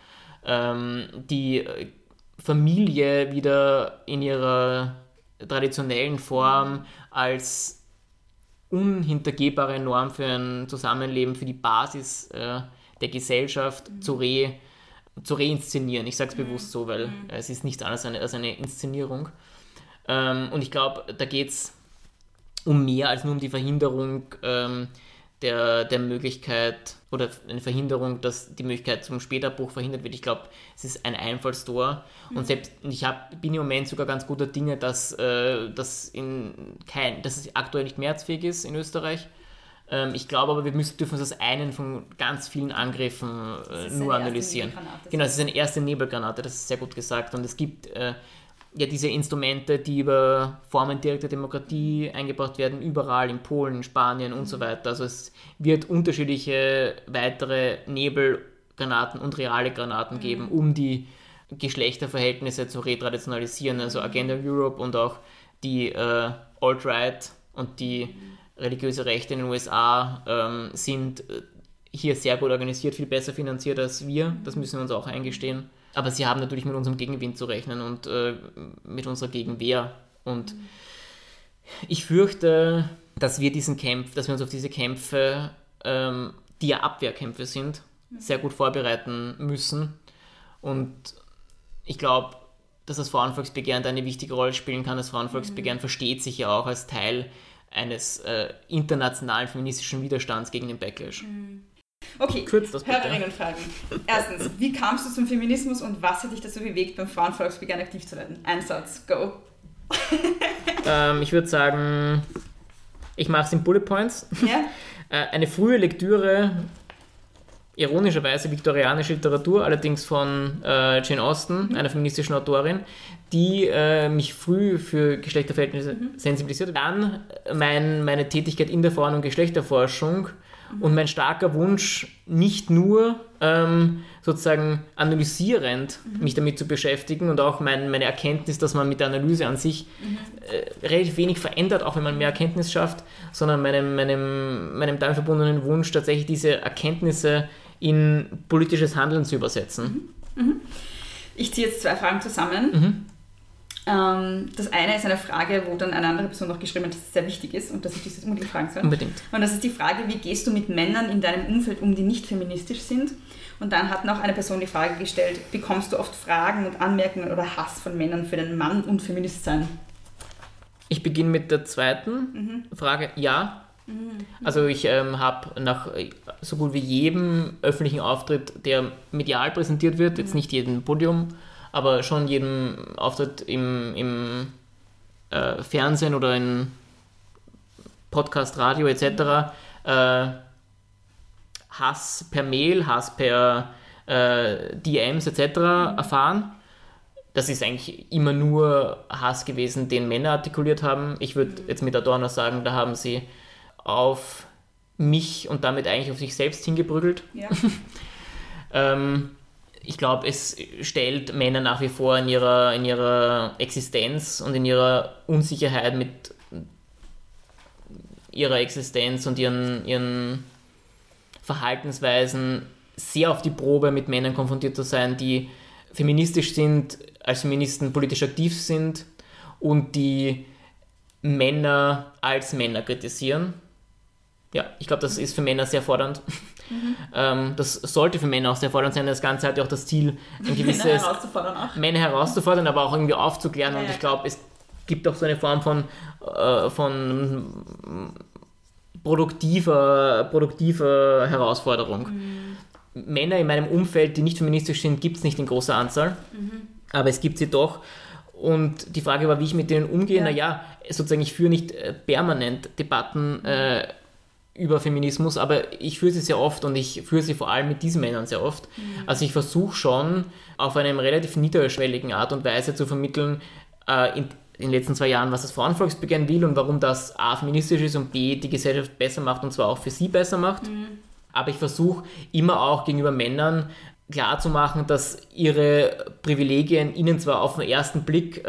die Familie wieder in ihrer traditionellen Form als unhintergehbare Norm für ein Zusammenleben, für die Basis der Gesellschaft zu reinszenieren. Ich sage es bewusst so, weil es ist nichts anderes als eine Inszenierung. Und ich glaube, da geht es um mehr als nur um die Verhinderung der Möglichkeit oder eine Verhinderung, dass die Möglichkeit zum Spätabbruch verhindert wird. Ich glaube, es ist ein Einfallstor. Und selbst bin im Moment sogar ganz guter Dinge, dass es aktuell nicht mehrheitsfähig ist in Österreich. Ich glaube aber, wir dürfen es als einen von ganz vielen Angriffen nur analysieren. Genau, es ist eine erste Nebelgranate, das ist sehr gut gesagt. Und es gibt diese Instrumente, die über Formen direkter Demokratie eingebracht werden, überall in Polen, in Spanien und so weiter. Also es wird unterschiedliche weitere Nebelgranaten und reale Granaten geben, um die Geschlechterverhältnisse zu retraditionalisieren. Also Agenda Europe und auch die Alt-Right und die religiöse Rechte in den USA sind hier sehr gut organisiert, viel besser finanziert als wir. Das müssen wir uns auch eingestehen. Aber sie haben natürlich mit unserem Gegenwind zu rechnen und mit unserer Gegenwehr. Und ich fürchte, dass wir uns auf diese Kämpfe, die ja Abwehrkämpfe sind, sehr gut vorbereiten müssen. Und ich glaube, dass das Frauenvolksbegehren da eine wichtige Rolle spielen kann. Das Frauenvolksbegehren versteht sich ja auch als Teil eines internationalen feministischen Widerstands gegen den Backlash. Okay, Hörerinnenfragen. Erstens, wie kamst du zum Feminismus und was hat dich dazu bewegt, beim Frauenvolksbegehren aktiv zu werden? Ein Satz, go. Ich würde sagen, ich mache es in Bullet Points. Ja? Eine frühe Lektüre, ironischerweise viktorianische Literatur, allerdings von Jane Austen, einer feministischen Autorin, die mich früh für Geschlechterverhältnisse sensibilisiert hat. Dann meine Tätigkeit in der Frauen- und Geschlechterforschung und mein starker Wunsch, nicht nur sozusagen analysierend mich damit zu beschäftigen und auch meine Erkenntnis, dass man mit der Analyse an sich relativ wenig verändert, auch wenn man mehr Erkenntnis schafft, sondern meinem damit verbundenen Wunsch, tatsächlich diese Erkenntnisse in politisches Handeln zu übersetzen. Ich ziehe jetzt zwei Fragen zusammen. Das eine ist eine Frage, wo dann eine andere Person noch geschrieben hat, dass es sehr wichtig ist und dass ich dieses unbedingt fragen soll. Unbedingt. Und das ist die Frage, wie gehst du mit Männern in deinem Umfeld um, die nicht feministisch sind? Und dann hat noch eine Person die Frage gestellt, bekommst du oft Fragen und Anmerkungen oder Hass von Männern für den Mann und Feminist sein? Ich beginne mit der zweiten Frage. Ja. Also ich habe nach so gut wie jedem öffentlichen Auftritt, der medial präsentiert wird, jetzt nicht jedem Podium, aber schon jedem Auftritt im Fernsehen oder in Podcast, Radio etc., Hass per Mail, Hass per DMs etc. erfahren. Das ist eigentlich immer nur Hass gewesen, den Männer artikuliert haben. Ich würde jetzt mit Adorno sagen, da haben sie auf mich und damit eigentlich auf sich selbst hingeprügelt. Ja. Ich glaube, es stellt Männer nach wie vor in ihrer Existenz und in ihrer Unsicherheit mit ihrer Existenz und ihren Verhaltensweisen sehr auf die Probe, mit Männern konfrontiert zu sein, die feministisch sind, als Feministen politisch aktiv sind und die Männer als Männer kritisieren. Ja, ich glaube, das ist für Männer sehr fordernd. Das sollte für Männer auch sehr fordernd sein. Das Ganze hat ja auch das Ziel, ein gewisses Männer herauszufordern, aber auch irgendwie aufzuklären. Ja, und ich glaube, es gibt auch so eine Form von produktiver Herausforderung. Männer in meinem Umfeld, die nicht feministisch sind, gibt es nicht in großer Anzahl, aber es gibt sie doch. Und die Frage war, wie ich mit denen umgehe. Naja, sozusagen, ich führe nicht permanent Debatten über Feminismus, aber ich führe sie sehr oft und ich führe sie vor allem mit diesen Männern sehr oft. Also ich versuche schon auf einem relativ niederschwelligen Art und Weise zu vermitteln, in den letzten 2 Jahren, was das Frauenvolksbegehren will und warum das A, feministisch ist und B, die Gesellschaft besser macht und zwar auch für sie besser macht. Aber ich versuche immer auch gegenüber Männern klarzumachen, dass ihre Privilegien ihnen zwar auf den ersten Blick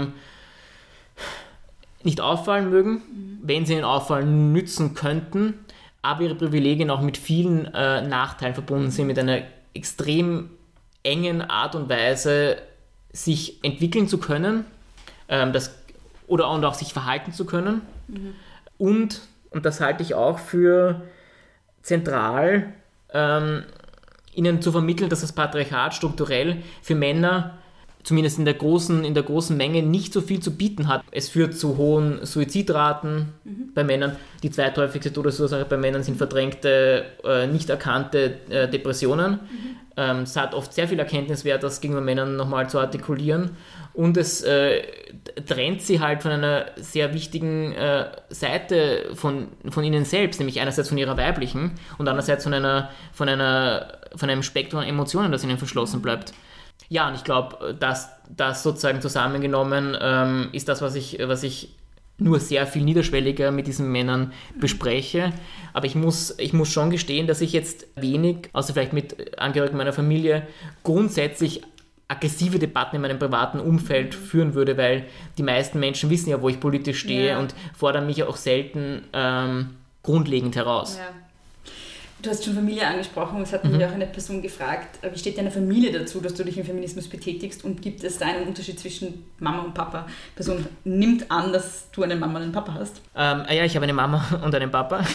nicht auffallen mögen, wenn sie ihnen auffallen, nützen könnten, aber ihre Privilegien auch mit vielen Nachteilen verbunden sind, mit einer extrem engen Art und Weise, sich entwickeln zu können und auch sich verhalten zu können. Und das halte ich auch für zentral, ihnen zu vermitteln, dass das Patriarchat strukturell für Männer zumindest in der großen Menge nicht so viel zu bieten hat. Es führt zu hohen Suizidraten bei Männern. Die zweithäufigste Todesursache bei Männern sind verdrängte, nicht erkannte Depressionen. Es hat oft sehr viel Erkenntniswert, das gegenüber Männern nochmal zu artikulieren. Und es trennt sie halt von einer sehr wichtigen Seite von ihnen selbst, nämlich einerseits von ihrer weiblichen und andererseits von einem Spektrum an Emotionen, das ihnen verschlossen bleibt. Ja, und ich glaube, dass das sozusagen zusammengenommen ist das, was ich nur sehr viel niederschwelliger mit diesen Männern bespreche. Aber ich muss schon gestehen, dass ich jetzt wenig, außer vielleicht mit Angehörigen meiner Familie, grundsätzlich aggressive Debatten in meinem privaten Umfeld führen würde, weil die meisten Menschen wissen ja, wo ich politisch stehe und fordern mich auch selten grundlegend heraus. Ja. Du hast schon Familie angesprochen, es hat mich auch eine Person gefragt, wie steht deine Familie dazu, dass du dich im Feminismus betätigst und gibt es da einen Unterschied zwischen Mama und Papa? Die Person nimmt an, dass du eine Mama und einen Papa hast. Ja, ich habe eine Mama und einen Papa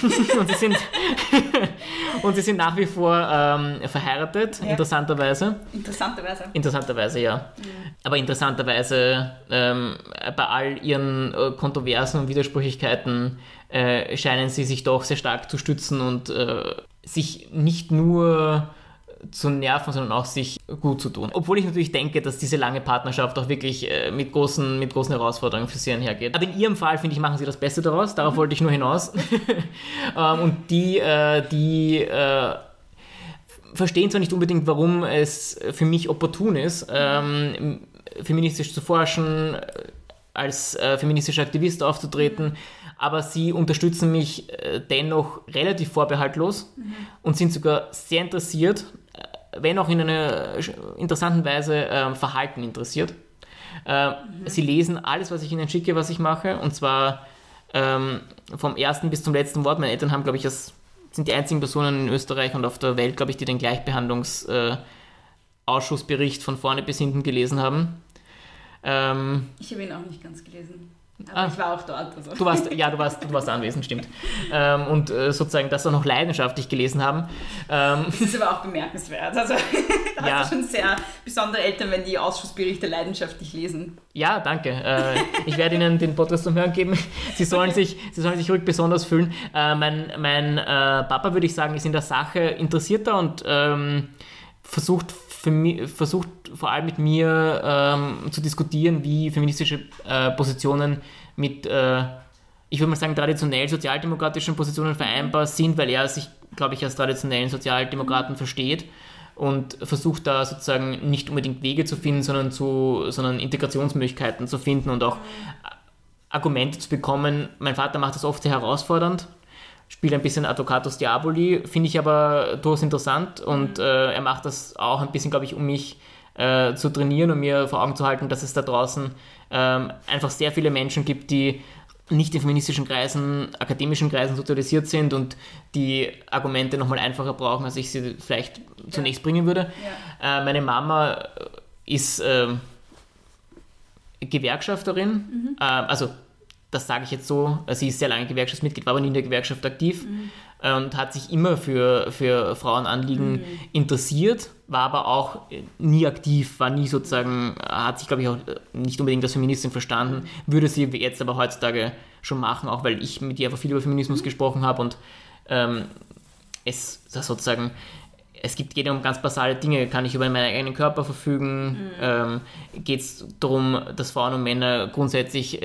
und sie sind nach wie vor verheiratet, interessanterweise. Interessanterweise, ja. Aber interessanterweise bei all ihren Kontroversen und Widersprüchlichkeiten scheinen sie sich doch sehr stark zu stützen und sich nicht nur zu nerven, sondern auch sich gut zu tun. Obwohl ich natürlich denke, dass diese lange Partnerschaft auch wirklich mit großen Herausforderungen für sie einhergeht. Aber in ihrem Fall, finde ich, machen sie das Beste daraus. Darauf wollte ich nur hinaus. Und die verstehen zwar nicht unbedingt, warum es für mich opportun ist, feministisch zu forschen, als feministischer Aktivist aufzutreten, aber sie unterstützen mich dennoch relativ vorbehaltlos und sind sogar sehr interessiert, wenn auch in einer interessanten Weise Verhalten interessiert. Sie lesen alles, was ich ihnen schicke, was ich mache, und zwar vom ersten bis zum letzten Wort. Meine Eltern haben, glaube ich, sind die einzigen Personen in Österreich und auf der Welt, glaube ich, die den Gleichbehandlungsausschussbericht von vorne bis hinten gelesen haben. Ich habe ihn auch nicht ganz gelesen. Aber ich war auch dort. Also. Du warst anwesend, stimmt. Und sozusagen das auch noch leidenschaftlich gelesen haben. Das ist aber auch bemerkenswert. Also da hast du schon sehr besondere Eltern, wenn die Ausschussberichte leidenschaftlich lesen. Ja, danke. Ich werde Ihnen den Podcast zum Hören geben. Sie sollen sich ruhig besonders fühlen. Mein Papa, würde ich sagen, ist in der Sache interessierter und versucht vor allem mit mir zu diskutieren, wie feministische Positionen mit, ich würde mal sagen, traditionell sozialdemokratischen Positionen vereinbar sind, weil er sich, glaube ich, als traditionellen Sozialdemokraten versteht und versucht da sozusagen nicht unbedingt Wege zu finden, sondern Integrationsmöglichkeiten zu finden und auch Argumente zu bekommen. Mein Vater macht das oft sehr herausfordernd, spielt ein bisschen Advocatus Diaboli, finde ich aber durchaus interessant und er macht das auch ein bisschen, glaube ich, um mich zu trainieren und mir vor Augen zu halten, dass es da draußen einfach sehr viele Menschen gibt, die nicht in feministischen Kreisen, akademischen Kreisen sozialisiert sind und die Argumente nochmal einfacher brauchen, als ich sie vielleicht zunächst bringen würde. Ja. Meine Mama ist Gewerkschafterin, also das sage ich jetzt so, sie ist sehr lange Gewerkschaftsmitglied, war aber nie in der Gewerkschaft aktiv und hat sich immer für Frauenanliegen interessiert, war aber auch nie aktiv, war nie sozusagen, hat sich, glaube ich, auch nicht unbedingt als Feministin verstanden, würde sie jetzt aber heutzutage schon machen, auch weil ich mit ihr einfach viel über Feminismus gesprochen habe und es geht um ganz basale Dinge. Kann ich über meinen eigenen Körper verfügen? Geht es darum, dass Frauen und Männer grundsätzlich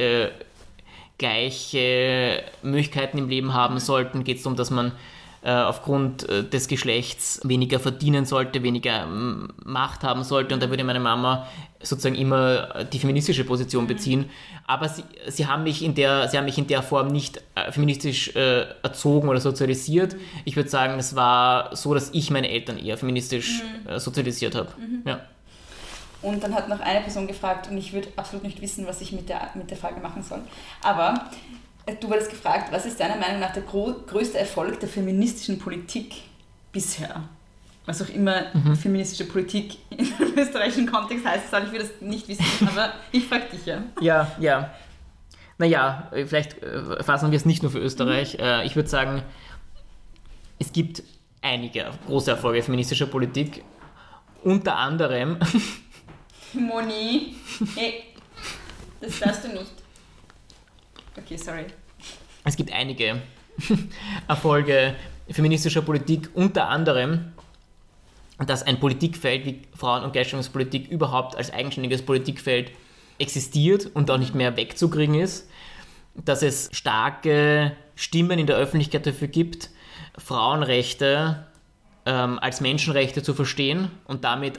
gleiche Möglichkeiten im Leben haben sollten? Geht es darum, dass man aufgrund des Geschlechts weniger verdienen sollte, weniger Macht haben sollte? Und da würde meine Mama sozusagen immer die feministische Position beziehen. Aber sie haben mich in der Form nicht feministisch erzogen oder sozialisiert. Ich würde sagen, es war so, dass ich meine Eltern eher feministisch sozialisiert habe. Ja. Und dann hat noch eine Person gefragt, und ich würde absolut nicht wissen, was ich mit der Frage machen soll. Aber du wurdest gefragt, was ist deiner Meinung nach der größte Erfolg der feministischen Politik bisher? Was auch immer feministische Politik im österreichischen Kontext heißt, ich würde das nicht wissen, aber ich frage dich ja. Ja. Naja, vielleicht fassen wir es nicht nur für Österreich. Ich würde sagen, es gibt einige große Erfolge feministischer Politik. Unter anderem... Moni, hey, das darfst du nicht. Okay, sorry. Es gibt einige Erfolge feministischer Politik, unter anderem, dass ein Politikfeld wie Frauen- und Gleichstellungspolitik überhaupt als eigenständiges Politikfeld existiert und auch nicht mehr wegzukriegen ist, dass es starke Stimmen in der Öffentlichkeit dafür gibt, Frauenrechte als Menschenrechte zu verstehen und damit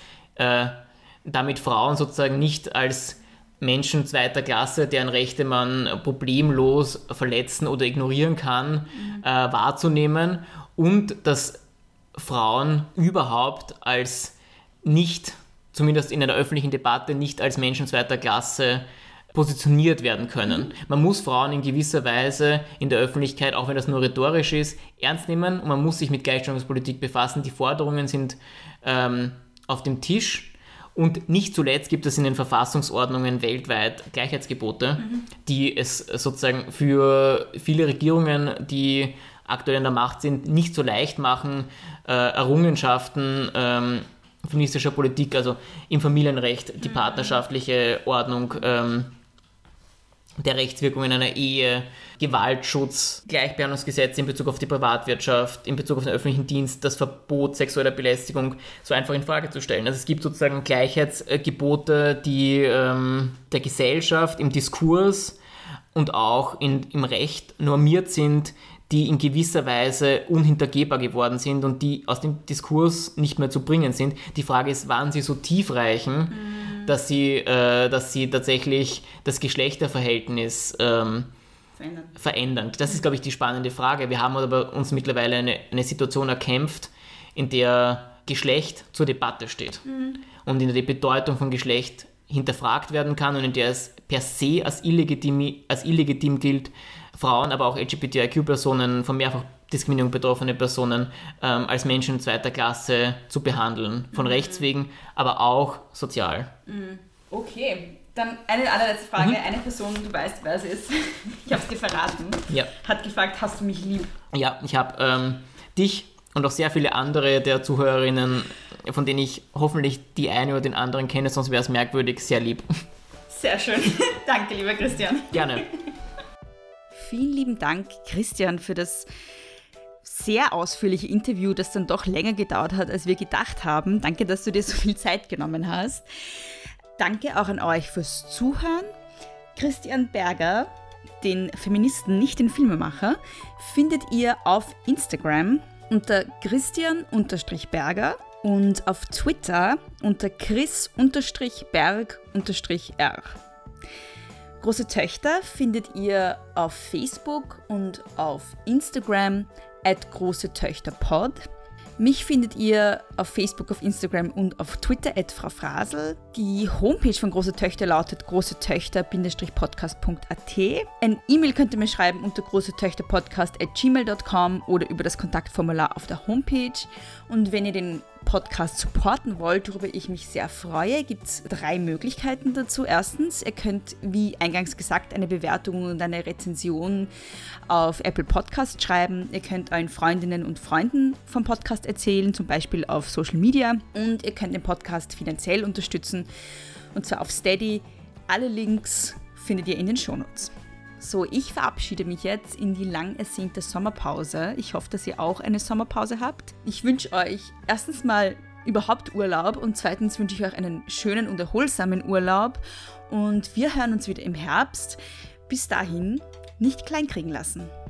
Frauen sozusagen nicht als Menschen zweiter Klasse, deren Rechte man problemlos verletzen oder ignorieren kann, wahrzunehmen und dass Frauen überhaupt als nicht, zumindest in einer öffentlichen Debatte, nicht als Menschen zweiter Klasse positioniert werden können. Man muss Frauen in gewisser Weise in der Öffentlichkeit, auch wenn das nur rhetorisch ist, ernst nehmen und man muss sich mit Gleichstellungspolitik befassen. Die Forderungen sind auf dem Tisch. Und nicht zuletzt gibt es in den Verfassungsordnungen weltweit Gleichheitsgebote, die es sozusagen für viele Regierungen, die aktuell in der Macht sind, nicht so leicht machen, Errungenschaften feministischer Politik, also im Familienrecht, die partnerschaftliche Ordnung, der Rechtswirkungen einer Ehe, Gewaltschutz, Gleichbehandlungsgesetze in Bezug auf die Privatwirtschaft, in Bezug auf den öffentlichen Dienst, das Verbot sexueller Belästigung so einfach in Frage zu stellen. Also es gibt sozusagen Gleichheitsgebote, die der Gesellschaft im Diskurs und auch im Recht normiert sind, die in gewisser Weise unhintergehbar geworden sind und die aus dem Diskurs nicht mehr zu bringen sind. Die Frage ist, wann sie so tief reichen, dass sie tatsächlich das Geschlechterverhältnis verändern. Das ist, glaube ich, die spannende Frage. Wir haben aber uns mittlerweile eine Situation erkämpft, in der Geschlecht zur Debatte steht und in der die Bedeutung von Geschlecht hinterfragt werden kann und in der es per se als illegitim gilt, Frauen, aber auch LGBTIQ-Personen, von Mehrfachdiskriminierung betroffene Personen als Menschen zweiter Klasse zu behandeln. Von Rechts wegen, aber auch sozial. Okay, Dann eine allerletzte Frage. Eine Person, du weißt, wer es ist, ich habe es dir verraten, hat gefragt, hast du mich lieb? Ja, ich habe dich und auch sehr viele andere der Zuhörerinnen, von denen ich hoffentlich die eine oder den anderen kenne, sonst wäre es merkwürdig, sehr lieb. Sehr schön. Danke, lieber Christian. Gerne. Vielen lieben Dank, Christian, für das sehr ausführliche Interview, das dann doch länger gedauert hat, als wir gedacht haben. Danke, dass du dir so viel Zeit genommen hast. Danke auch an euch fürs Zuhören. Christian Berger, den Feministen, nicht den Filmemacher, findet ihr auf Instagram unter Christian_Berger und auf Twitter unter Chris_Berg_R. Große Töchter findet ihr auf Facebook und auf Instagram @großetöchterpod. Mich findet ihr auf Facebook, auf Instagram und auf Twitter @Frau Frasel. Die Homepage von Große Töchter lautet großetöchter-podcast.at. Ein E-Mail könnt ihr mir schreiben unter großetöchterpodcast@gmail.com oder über das Kontaktformular auf der Homepage. Und wenn ihr den Podcast supporten wollt, worüber ich mich sehr freue, gibt es 3 Möglichkeiten dazu. Erstens, ihr könnt, wie eingangs gesagt, eine Bewertung und eine Rezension auf Apple Podcast schreiben. Ihr könnt euren Freundinnen und Freunden vom Podcast erzählen, zum Beispiel auf Social Media. Und ihr könnt den Podcast finanziell unterstützen, und zwar auf Steady. Alle Links findet ihr in den Shownotes. So, ich verabschiede mich jetzt in die lang ersehnte Sommerpause. Ich hoffe, dass ihr auch eine Sommerpause habt. Ich wünsche euch erstens mal überhaupt Urlaub und zweitens wünsche ich euch einen schönen und erholsamen Urlaub. Und wir hören uns wieder im Herbst. Bis dahin, nicht kleinkriegen lassen.